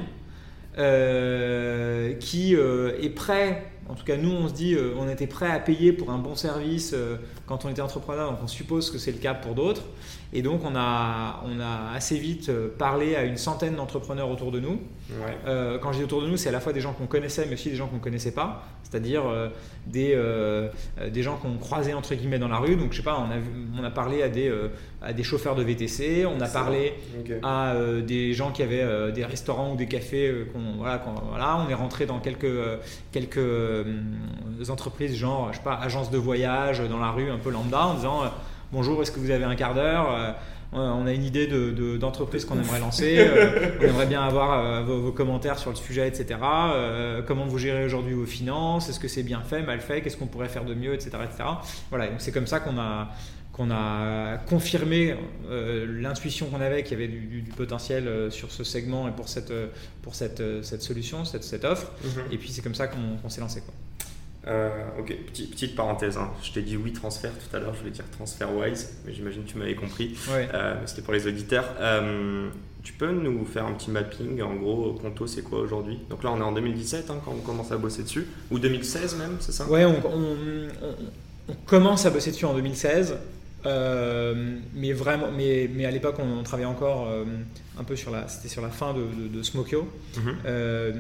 euh, qui euh, est prêt. En tout cas, nous, on se dit, euh, on était prêt à payer pour un bon service euh, quand on était entrepreneur, donc on suppose que c'est le cas pour d'autres. Et donc, on a, on a assez vite euh, parlé à une centaine d'entrepreneurs autour de nous. Ouais. Euh, quand je dis autour de nous, c'est à la fois des gens qu'on connaissait, mais aussi des gens qu'on ne connaissait pas. C'est-à-dire euh, des, euh, des gens qu'on croisait entre guillemets dans la rue. Donc, je sais pas, on a, on a parlé à des, euh, à des chauffeurs de V T C, on a c'est parlé okay. à euh, des gens qui avaient euh, des restaurants ou des cafés. Euh, qu'on, voilà, qu'on, voilà, on est rentré dans quelques, euh, quelques euh, entreprises, genre, je sais pas, agences de voyage dans la rue, un peu lambda, en disant euh, bonjour, est-ce que vous avez un quart d'heure? euh, On a une idée de, de, d'entreprise qu'on aimerait lancer. Euh, on aimerait bien avoir euh, vos, vos commentaires sur le sujet, et cetera. Euh, comment vous gérez aujourd'hui vos finances? Est-ce que c'est bien fait, mal fait? Qu'est-ce qu'on pourrait faire de mieux, et cetera, et cetera. Voilà, donc c'est comme ça qu'on a qu'on a confirmé euh, l'intuition qu'on avait qu'il y avait du, du, du potentiel euh, sur ce segment et pour cette, pour cette, cette solution, cette, cette offre. Mm-hmm. Et puis c'est comme ça qu'on, qu'on s'est lancé, quoi. Euh, ok, Petit, petite parenthèse, hein. Je t'ai dit oui transfert tout à l'heure, je vais dire TransferWise, mais j'imagine que tu m'avais compris. Ouais. Euh, c'était pour les auditeurs. Euh, tu peux nous faire un petit mapping, en gros, Conto c'est quoi aujourd'hui? Donc là on est en deux mille dix-sept hein, quand on commence à bosser dessus, ou deux mille seize même, c'est ça? Ouais, on, on, on, on commence à bosser dessus en deux mille seize. Euh, mais vraiment, mais, mais à l'époque on, on travaillait encore euh, un peu sur la, c'était sur la fin de, de, de Smokio. Mm-hmm. euh,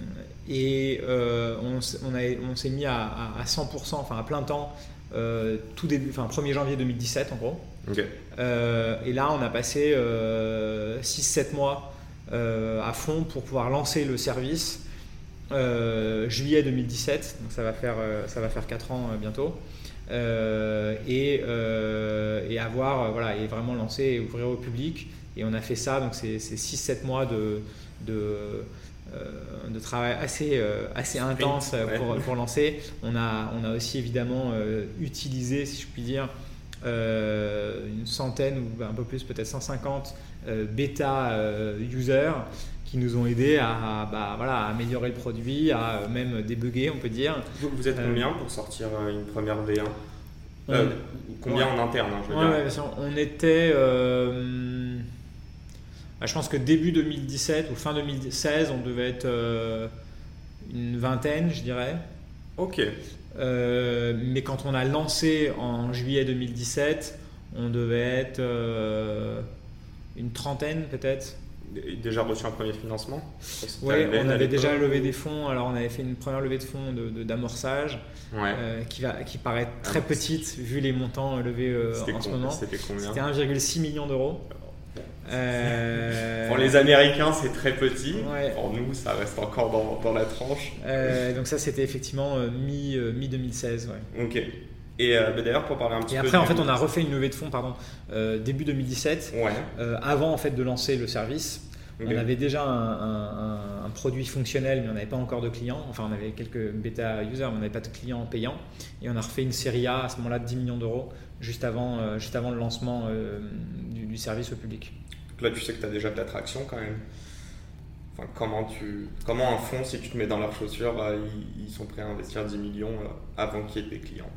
et euh, on, on, a, on s'est mis à, à, à cent pour cent, enfin à plein temps, euh, tout début, enfin premier janvier deux mille dix-sept en gros. Okay. Euh, et là on a passé euh, six sept mois euh, à fond pour pouvoir lancer le service. Euh, juillet deux mille dix-sept, donc ça va faire, euh, ça va faire quatre ans euh, bientôt. Euh, et, euh, et avoir euh, voilà, et vraiment lancer et ouvrir au public, et on a fait ça, donc c'est, c'est six sept mois de, de, euh, de travail assez, euh, assez intense pour, pour lancer. On a, on a aussi évidemment euh, utilisé, si je puis dire, euh, une centaine ou un peu plus, peut-être cent cinquante euh, bêta euh, users qui nous ont aidés à, bah, voilà, à améliorer le produit, à même débugger, on peut dire. Vous, vous êtes combien pour sortir une première V un euh, on, Combien ouais. en interne hein, je veux ouais, dire. Ouais, bien sûr. On était, euh, bah, je pense que début deux mille dix-sept ou fin deux mille seize, on devait être euh, une vingtaine, je dirais. Ok. Euh, mais quand on a lancé en juillet deux mille dix-sept, on devait être euh, une trentaine peut-être. Déjà reçu un premier financement? Oui, on avait déjà levé des fonds. Alors on avait fait une première levée de fonds de, de, d'amorçage ouais. euh, qui, va, qui paraît très ah, petite vu les montants levés euh, en con, ce moment. C'était combien? C'était un virgule six million d'euros. Euh... Pour les Américains, c'est très petit. Ouais. Pour nous, ça reste encore dans, dans la tranche. Euh, donc ça, c'était effectivement euh, mi, euh, mi deux mille seize. Ouais. Ok. Et euh, bah d'ailleurs, pour parler un petit et peu. Et après, en fait, on a refait une levée de fonds, pardon, euh, début deux mille dix-sept, ouais. euh, avant en fait de lancer le service. Okay. On avait déjà un, un, un produit fonctionnel, mais on n'avait pas encore de clients. Enfin, on avait quelques bêta users, mais on n'avait pas de clients payants. Et on a refait une série A à ce moment-là de dix millions d'euros, juste avant, euh, juste avant le lancement euh, du, du service au public. Donc là, tu sais que tu as déjà de l'attraction quand même. Enfin, comment, tu, comment un fonds, si tu te mets dans leurs chaussures, euh, ils, ils sont prêts à investir dix millions euh, avant qu'il y ait des clients?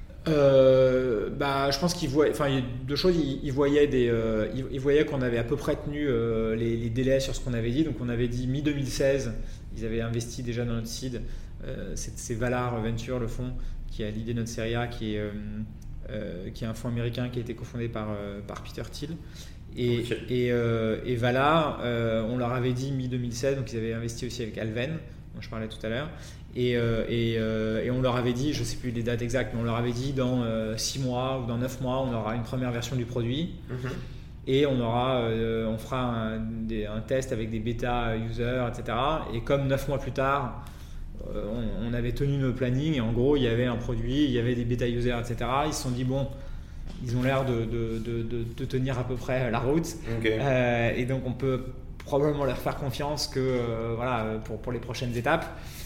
Euh, bah, je pense qu'ils voyaient, enfin, il y a deux choses. Ils, ils voyaient des, euh, ils, ils voyaient qu'on avait à peu près tenu euh, les, les délais sur ce qu'on avait dit. Donc, on avait dit mi deux mille seize. Ils avaient investi déjà dans notre seed. Euh, c'est, c'est Valar Venture, le fonds qui a l'idée de notre série A, qui est, euh, euh, qui est un fonds américain qui a été cofondé par euh, par Peter Thiel. Et, okay. et, euh, et Valar, euh, on leur avait dit mi deux mille seize. Donc, ils avaient investi aussi avec Alven, dont je parlais tout à l'heure. Et, euh, et, euh, et on leur avait dit, je ne sais plus les dates exactes, mais on leur avait dit dans six euh, mois ou dans neuf mois, on aura une première version du produit. Mm-hmm. Et on, aura, euh, on fera un, des, un test avec des bêta users, et cetera. Et comme neuf mois plus tard, euh, on, on avait tenu nos plannings, et en gros, il y avait un produit, il y avait des bêta users, et cetera. Ils se sont dit, bon, ils ont l'air de, de, de, de, de tenir à peu près la route. Okay. Euh, et donc, on peut probablement leur faire confiance que, euh, voilà, pour, pour les prochaines étapes.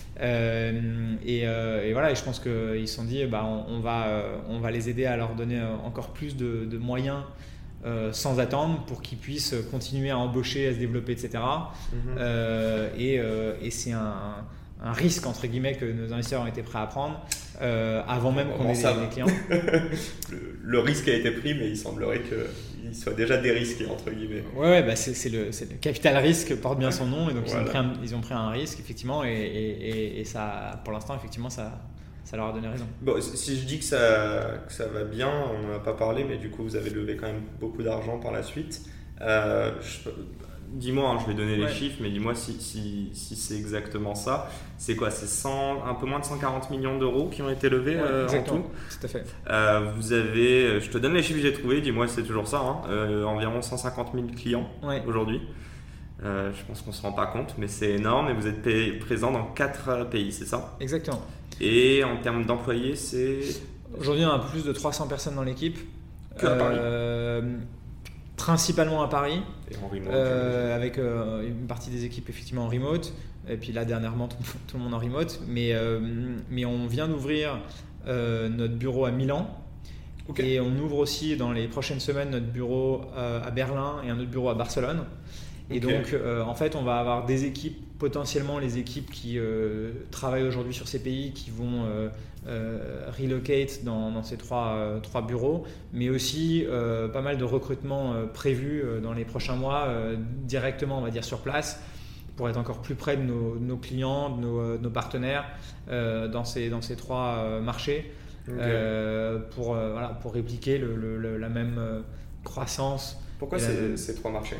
Euh, et, euh, et voilà, et je pense qu'ils se sont dit bah, on, on, va, euh, on va les aider à leur donner encore plus de, de moyens euh, sans attendre pour qu'ils puissent continuer à embaucher, à se développer, et cetera. Mm-hmm. Euh, et, euh, et c'est un, un risque entre guillemets que nos investisseurs ont été prêts à prendre euh, avant même qu'on ait des, des clients. le, le risque a été pris, mais il semblerait qu'il soit déjà dérisqué entre guillemets. Ouais, ouais bah c'est, c'est, le, c'est le capital risque porte bien son nom, et donc voilà. ils, ont pris un, ils ont pris un risque effectivement, et, et, et ça, pour l'instant effectivement ça, ça leur a donné raison. Bon, si je dis que ça, que ça va bien, on n'en a pas parlé, mais du coup vous avez levé quand même beaucoup d'argent par la suite. Euh, je, Dis-moi, hein, je vais donner les ouais. chiffres, mais dis-moi si, si, si c'est exactement ça. C'est quoi? C'est cent, un peu moins de cent quarante millions d'euros qui ont été levés ouais, euh, en tout. Tout à fait. Euh, vous avez, je te donne les chiffres que j'ai trouvés, dis-moi si c'est toujours ça, hein, euh, environ cent cinquante mille clients ouais. aujourd'hui. Euh, je pense qu'on ne se rend pas compte, mais c'est énorme, et vous êtes p- présent dans quatre pays, c'est ça? Exactement. Et en termes d'employés, c'est… Aujourd'hui, on a plus de trois cents personnes dans l'équipe. Que à Paris euh, Principalement à Paris, et en remote, euh, avec euh, une partie des équipes effectivement en remote, et puis là dernièrement tout, tout le monde en remote, mais, euh, mais on vient d'ouvrir euh, notre bureau à Milan, Okay. Et on ouvre aussi dans les prochaines semaines notre bureau euh, à Berlin et un autre bureau à Barcelone. Et okay. donc, euh, en fait, on va avoir des équipes, potentiellement les équipes qui euh, travaillent aujourd'hui sur ces pays, qui vont euh, euh, relocate dans, dans ces trois, euh, trois bureaux, mais aussi euh, pas mal de recrutements euh, prévus euh, dans les prochains mois, euh, directement, on va dire, sur place, pour être encore plus près de nos, de nos clients, de nos, de nos partenaires euh, dans, ces, dans ces trois euh, marchés, okay. euh, pour, euh, voilà, pour répliquer le, le, la même euh, croissance. Pourquoi ces, la... ces trois marchés?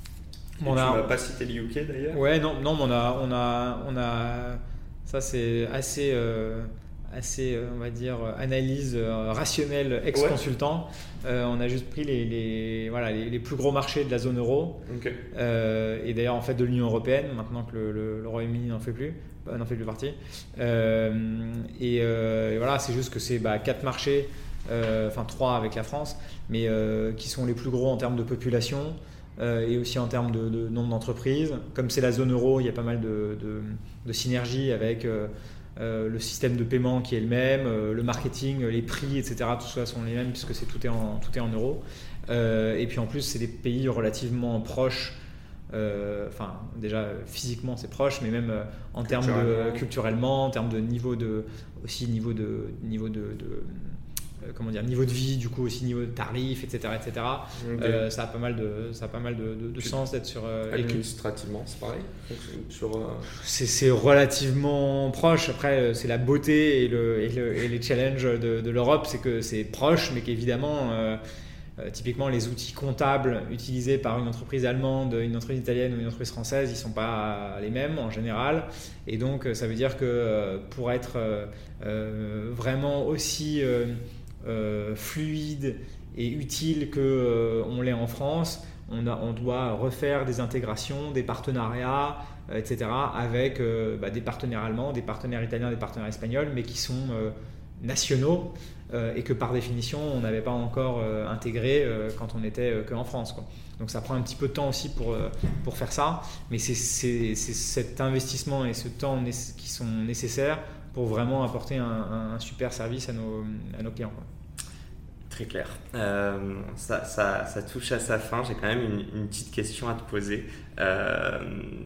On tu a... n'as pas cité le U K d'ailleurs? Ouais, non, non, mais on a, on a, on a, ça c'est assez, euh, assez, on va dire, analyse euh, rationnelle ex-consultant. Ouais. Euh, on a juste pris les, les, voilà, les, les plus gros marchés de la zone euro, okay. euh, et d'ailleurs en fait de l'Union européenne, maintenant que le, le, le Royaume-Uni n'en fait plus, n'en fait plus partie. Euh, et, euh, et voilà, c'est juste que c'est bah, quatre marchés, euh, enfin trois avec la France, mais euh, qui sont les plus gros en termes de population. Euh, et aussi en termes de, de nombre d'entreprises. Comme c'est la zone euro, il y a pas mal de, de, de synergies avec euh, euh, le système de paiement qui est le même, euh, le marketing, les prix, et cetera. Tout ça sont les mêmes puisque c'est, tout, est en, tout est en euros. Euh, et puis en plus, c'est des pays relativement proches. Euh, enfin, déjà physiquement, c'est proche, mais même euh, en termes de culturellement, en termes de niveau de, aussi niveau de niveau de, de comment dire, niveau de vie, du coup aussi niveau de tarifs, et cetera, et cetera. Okay. Euh, ça a pas mal de, ça a pas mal de, de, de sens d'être sur. Euh, Administrativement, c'est pareil. Sur. Euh... C'est, c'est relativement proche. Après, c'est la beauté et le et, le, et les challenges de, de l'Europe, c'est que c'est proche, mais qu'évidemment, euh, euh, typiquement les outils comptables utilisés par une entreprise allemande, une entreprise italienne ou une entreprise française, ils sont pas les mêmes en général. Et donc, ça veut dire que euh, pour être euh, vraiment aussi euh, Euh, fluide et utile que euh, on l'est en France, on, a, on doit refaire des intégrations, des partenariats, euh, et cetera avec euh, bah, des partenaires allemands, des partenaires italiens, des partenaires espagnols, mais qui sont euh, nationaux euh, et que par définition on n'avait pas encore euh, intégré euh, quand on était euh, qu'en France, quoi. Donc ça prend un petit peu de temps aussi pour, euh, pour faire ça, mais c'est, c'est, c'est cet investissement et ce temps né- qui sont nécessaires pour vraiment apporter un, un, un super service à nos, à nos clients, quoi. Très clair. Euh, ça, ça, ça touche à sa fin. J'ai quand même une, une petite question à te poser. Euh,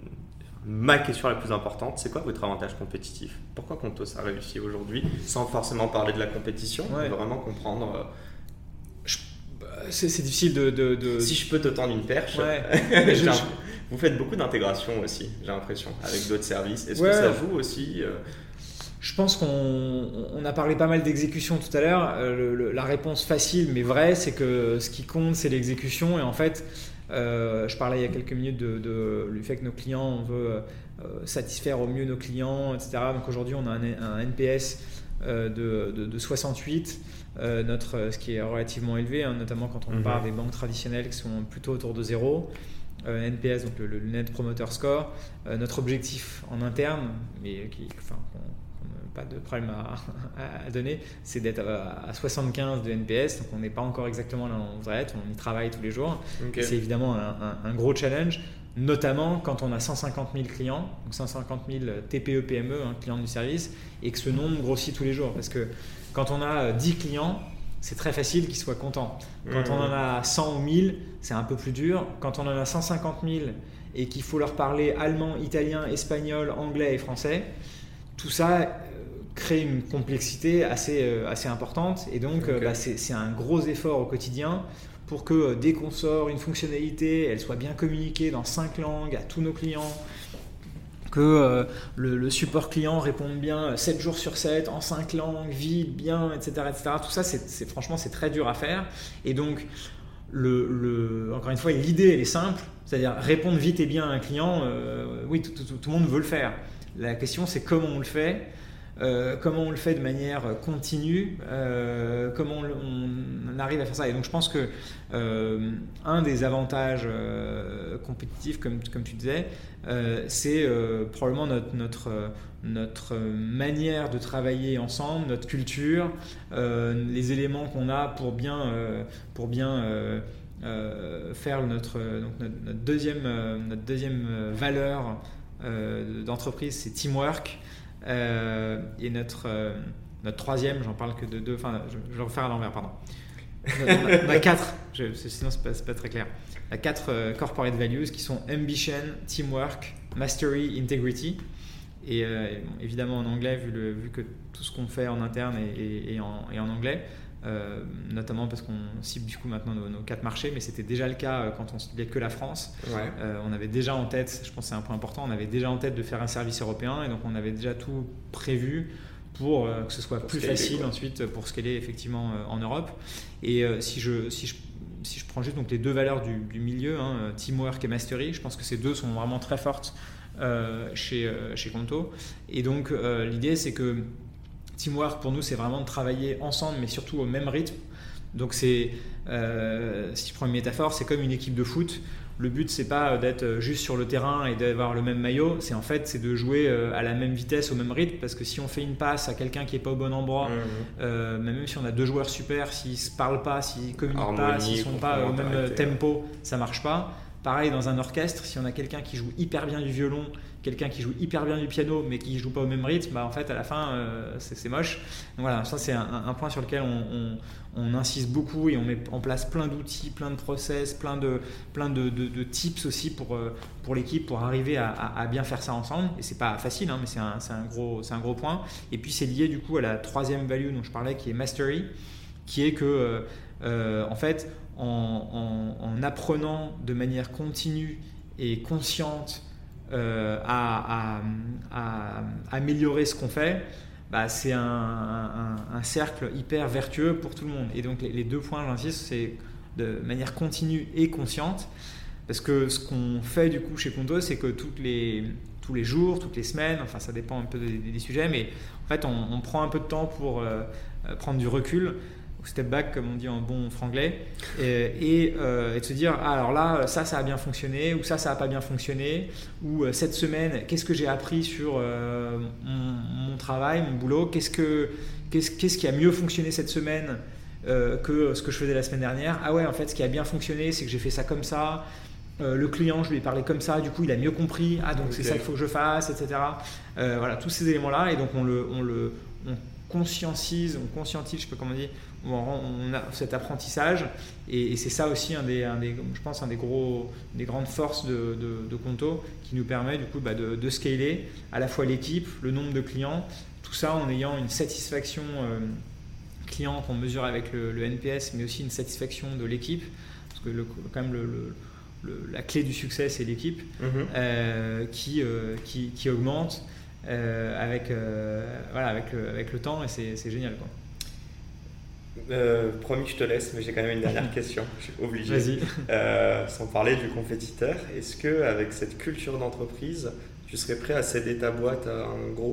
ma question la plus importante, c'est quoi votre avantage compétitif? Pourquoi Contos a réussi aujourd'hui, sans forcément parler de la compétition, ouais. mais vraiment comprendre. Euh, je, bah, c'est, c'est difficile de, de, de. Si je peux te tendre une perche. Ouais. je, je... Vous faites beaucoup d'intégration aussi, j'ai l'impression, avec d'autres services. Est-ce ouais. que ça joue aussi euh... Je pense qu'on on a parlé pas mal d'exécution tout à l'heure. Euh, le, le, la réponse facile mais vraie, c'est que ce qui compte, c'est l'exécution. Et en fait, euh, je parlais il y a quelques minutes de, de, du fait que nos clients, on veut euh, satisfaire au mieux nos clients, et cetera. Donc aujourd'hui, on a un, un N P S euh, de, de, de soixante-huit, euh, notre, ce qui est relativement élevé, hein, notamment quand on mmh. parle des banques traditionnelles qui sont plutôt autour de zéro. Euh, N P S, donc le, le Net Promoter Score. Euh, notre objectif en interne, mais qui, enfin, pas de problème à, à donner, c'est d'être à, à soixante-quinze de N P S, donc on n'est pas encore exactement là où on voudrait être, on y travaille tous les jours. Okay. C'est évidemment un, un, un gros challenge, notamment quand on a cent cinquante mille clients, donc cent cinquante mille T P E P M E, hein, clients du service, et que ce nombre grossit tous les jours, parce que quand on a dix clients, c'est très facile qu'ils soient contents. Quand mmh. on en a cent ou mille, c'est un peu plus dur. Quand on en a cent cinquante mille et qu'il faut leur parler allemand, italien, espagnol, anglais et français, tout ça crée une complexité assez, euh, assez importante. Et donc, okay. euh, bah, c'est, c'est un gros effort au quotidien pour que euh, dès qu'on sort une fonctionnalité, elle soit bien communiquée dans cinq langues à tous nos clients, que euh, le, le support client réponde bien sept jours sur sept, en cinq langues, vite, bien, et cetera, et cetera. Tout ça, c'est, c'est, franchement, c'est très dur à faire. Et donc, le, le, encore une fois, l'idée, elle est simple, c'est-à-dire répondre vite et bien à un client, euh, oui, tout, tout, tout, tout le monde veut le faire. La question, c'est comment on le fait. Euh, comment on le fait de manière continue, euh, comment on, on arrive à faire ça. Et donc je pense que euh, un des avantages euh, compétitifs, comme, comme tu disais, euh, c'est euh, probablement notre, notre, notre manière de travailler ensemble, notre culture, euh, les éléments qu'on a pour bien, euh, pour bien euh, euh, faire notre, donc notre, notre, deuxième, notre deuxième valeur euh, d'entreprise, c'est teamwork. Euh, et notre, euh, notre troisième, j'en parle que de deux, enfin je, je vais refaire à l'envers, pardon. On a, on a quatre, je, sinon c'est pas, c'est pas très clair. On a quatre euh, corporate values qui sont ambition, teamwork, mastery, integrity. Et euh, évidemment en anglais, vu, le, vu que tout ce qu'on fait en interne est, est, est, en, est en anglais, euh, notamment parce qu'on cible du coup maintenant nos, nos quatre marchés, mais c'était déjà le cas quand on ciblait que la France. Ouais. Euh, on avait déjà en tête, je pense que c'est un point important, on avait déjà en tête de faire un service européen et donc on avait déjà tout prévu pour euh, que ce soit pour plus scaler, facile quoi. Ensuite pour scaler effectivement euh, en Europe. Et euh, si, je, si, je, si je prends juste donc les deux valeurs du, du milieu, hein, teamwork et mastery, je pense que ces deux sont vraiment très fortes euh, chez, euh, chez Conto. Et donc euh, l'idée c'est que teamwork pour nous c'est vraiment de travailler ensemble mais surtout au même rythme. Donc c'est, euh, si je prends une métaphore, c'est comme une équipe de foot. Le but c'est pas d'être juste sur le terrain et d'avoir le même maillot, c'est en fait c'est de jouer à la même vitesse, au même rythme, parce que si on fait une passe à quelqu'un qui est pas au bon endroit, mmh. euh, même si on a deux joueurs super, s'ils se parlent pas, s'ils communiquent Harmonie, pas, s'ils sont pas au même tempo, ça marche pas. Pareil dans un orchestre, si on a quelqu'un qui joue hyper bien du violon, quelqu'un qui joue hyper bien du piano mais qui joue pas au même rythme, bah en fait à la fin euh, c'est, c'est moche. Donc voilà, ça c'est un, un point sur lequel on, on, on insiste beaucoup et on met en place plein d'outils, plein de process, plein de, plein de, de, de tips aussi pour, pour l'équipe pour arriver à, à, à bien faire ça ensemble. Et c'est pas facile, hein, mais c'est un, c'est, un gros, c'est un gros point. Et puis c'est lié du coup à la troisième value dont je parlais qui est mastery, qui est que euh, en fait en, en, en apprenant de manière continue et consciente Euh, à, à, à améliorer ce qu'on fait, bah, c'est un, un, un cercle hyper vertueux pour tout le monde. Et donc les, les deux points, j'insiste, c'est de manière continue et consciente, parce que ce qu'on fait du coup chez Conto, c'est que toutes les, tous les jours, toutes les semaines, enfin ça dépend un peu des, des sujets, mais en fait on, on prend un peu de temps pour euh, prendre du recul, step back comme on dit en bon franglais, et, et, euh, et de se dire ah, alors là ça ça a bien fonctionné ou ça ça a pas bien fonctionné, ou euh, cette semaine qu'est-ce que j'ai appris sur euh, mon, mon travail, mon boulot, qu'est-ce, que, qu'est-ce, qu'est-ce qui a mieux fonctionné cette semaine euh, que ce que je faisais la semaine dernière. Ah ouais, en fait ce qui a bien fonctionné c'est que j'ai fait ça comme ça, euh, le client je lui ai parlé comme ça, du coup il a mieux compris, ah donc okay. c'est ça qu'il faut que je fasse, etc. Euh, voilà, tous ces éléments là, et donc on le, on le on conscientise, on conscientise, je sais pas comment dire, on a cet apprentissage, et, et c'est ça aussi un des, un des, je pense un des gros, des grandes forces de, de, de Conto, qui nous permet du coup bah, de, de scaler à la fois l'équipe, le nombre de clients, tout ça en ayant une satisfaction euh, client qu'on mesure avec le, le N P S, mais aussi une satisfaction de l'équipe, parce que le, quand même le, le, le, la clé du succès c'est l'équipe mmh. euh, qui, euh, qui, qui augmente euh, avec, euh, voilà, avec, le, avec le temps, et c'est, c'est génial quoi. Euh, promis, je te laisse, mais j'ai quand même une dernière question. Je suis obligé. Vas-y. Euh, sans parler du compétiteur, est-ce que avec cette culture d'entreprise, tu serais prêt à céder ta boîte à un gros ?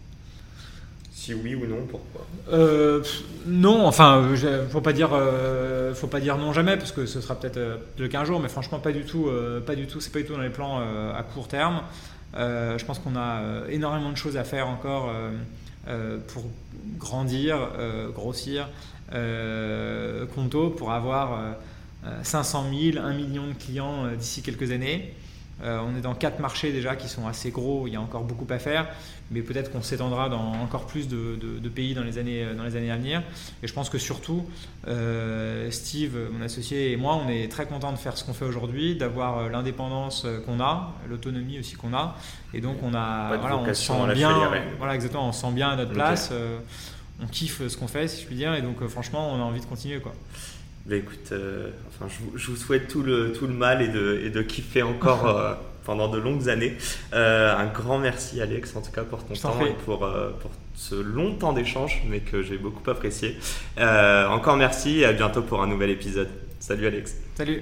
Si oui ou non, pourquoi ? euh, Non, enfin, faut pas dire, euh, faut pas dire non jamais, parce que ce sera peut-être euh, de qu'un jour, mais franchement pas du tout, euh, pas du tout. C'est pas du tout dans les plans euh, à court terme. Euh, je pense qu'on a euh, énormément de choses à faire encore. Euh, Euh, pour grandir, euh, grossir euh, Conto, pour avoir euh, cinq cent mille, un million de clients euh, d'ici quelques années. Euh, on est dans quatre marchés déjà qui sont assez gros, il y a encore beaucoup à faire, mais peut-être qu'on s'étendra dans encore plus de, de, de pays dans les, années, dans les années à venir. Et je pense que surtout, euh, Steve, mon associé, et moi, on est très contents de faire ce qu'on fait aujourd'hui, d'avoir l'indépendance qu'on a, l'autonomie aussi qu'on a. Et donc, on, a, voilà, on se sent bien, voilà, exactement, on se sent bien à notre okay. place, euh, on kiffe ce qu'on fait, si je puis dire, et donc euh, franchement, on a envie de continuer, quoi. Bah écoute, euh, enfin, je, vous, je vous souhaite tout le, tout le mal et de, et de kiffer encore euh, pendant de longues années. Euh, un grand merci Alex en tout cas pour ton je temps et pour, euh, pour ce long temps d'échange, mais que j'ai beaucoup apprécié. Euh, encore merci et à bientôt pour un nouvel épisode. Salut Alex. Salut.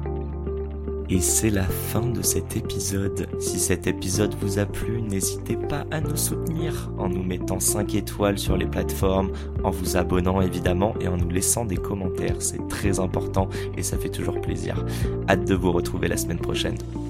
Et c'est la fin de cet épisode. Si cet épisode vous a plu, n'hésitez pas à nous soutenir en nous mettant cinq étoiles sur les plateformes, en vous abonnant évidemment et en nous laissant des commentaires. C'est très important et ça fait toujours plaisir. Hâte de vous retrouver la semaine prochaine.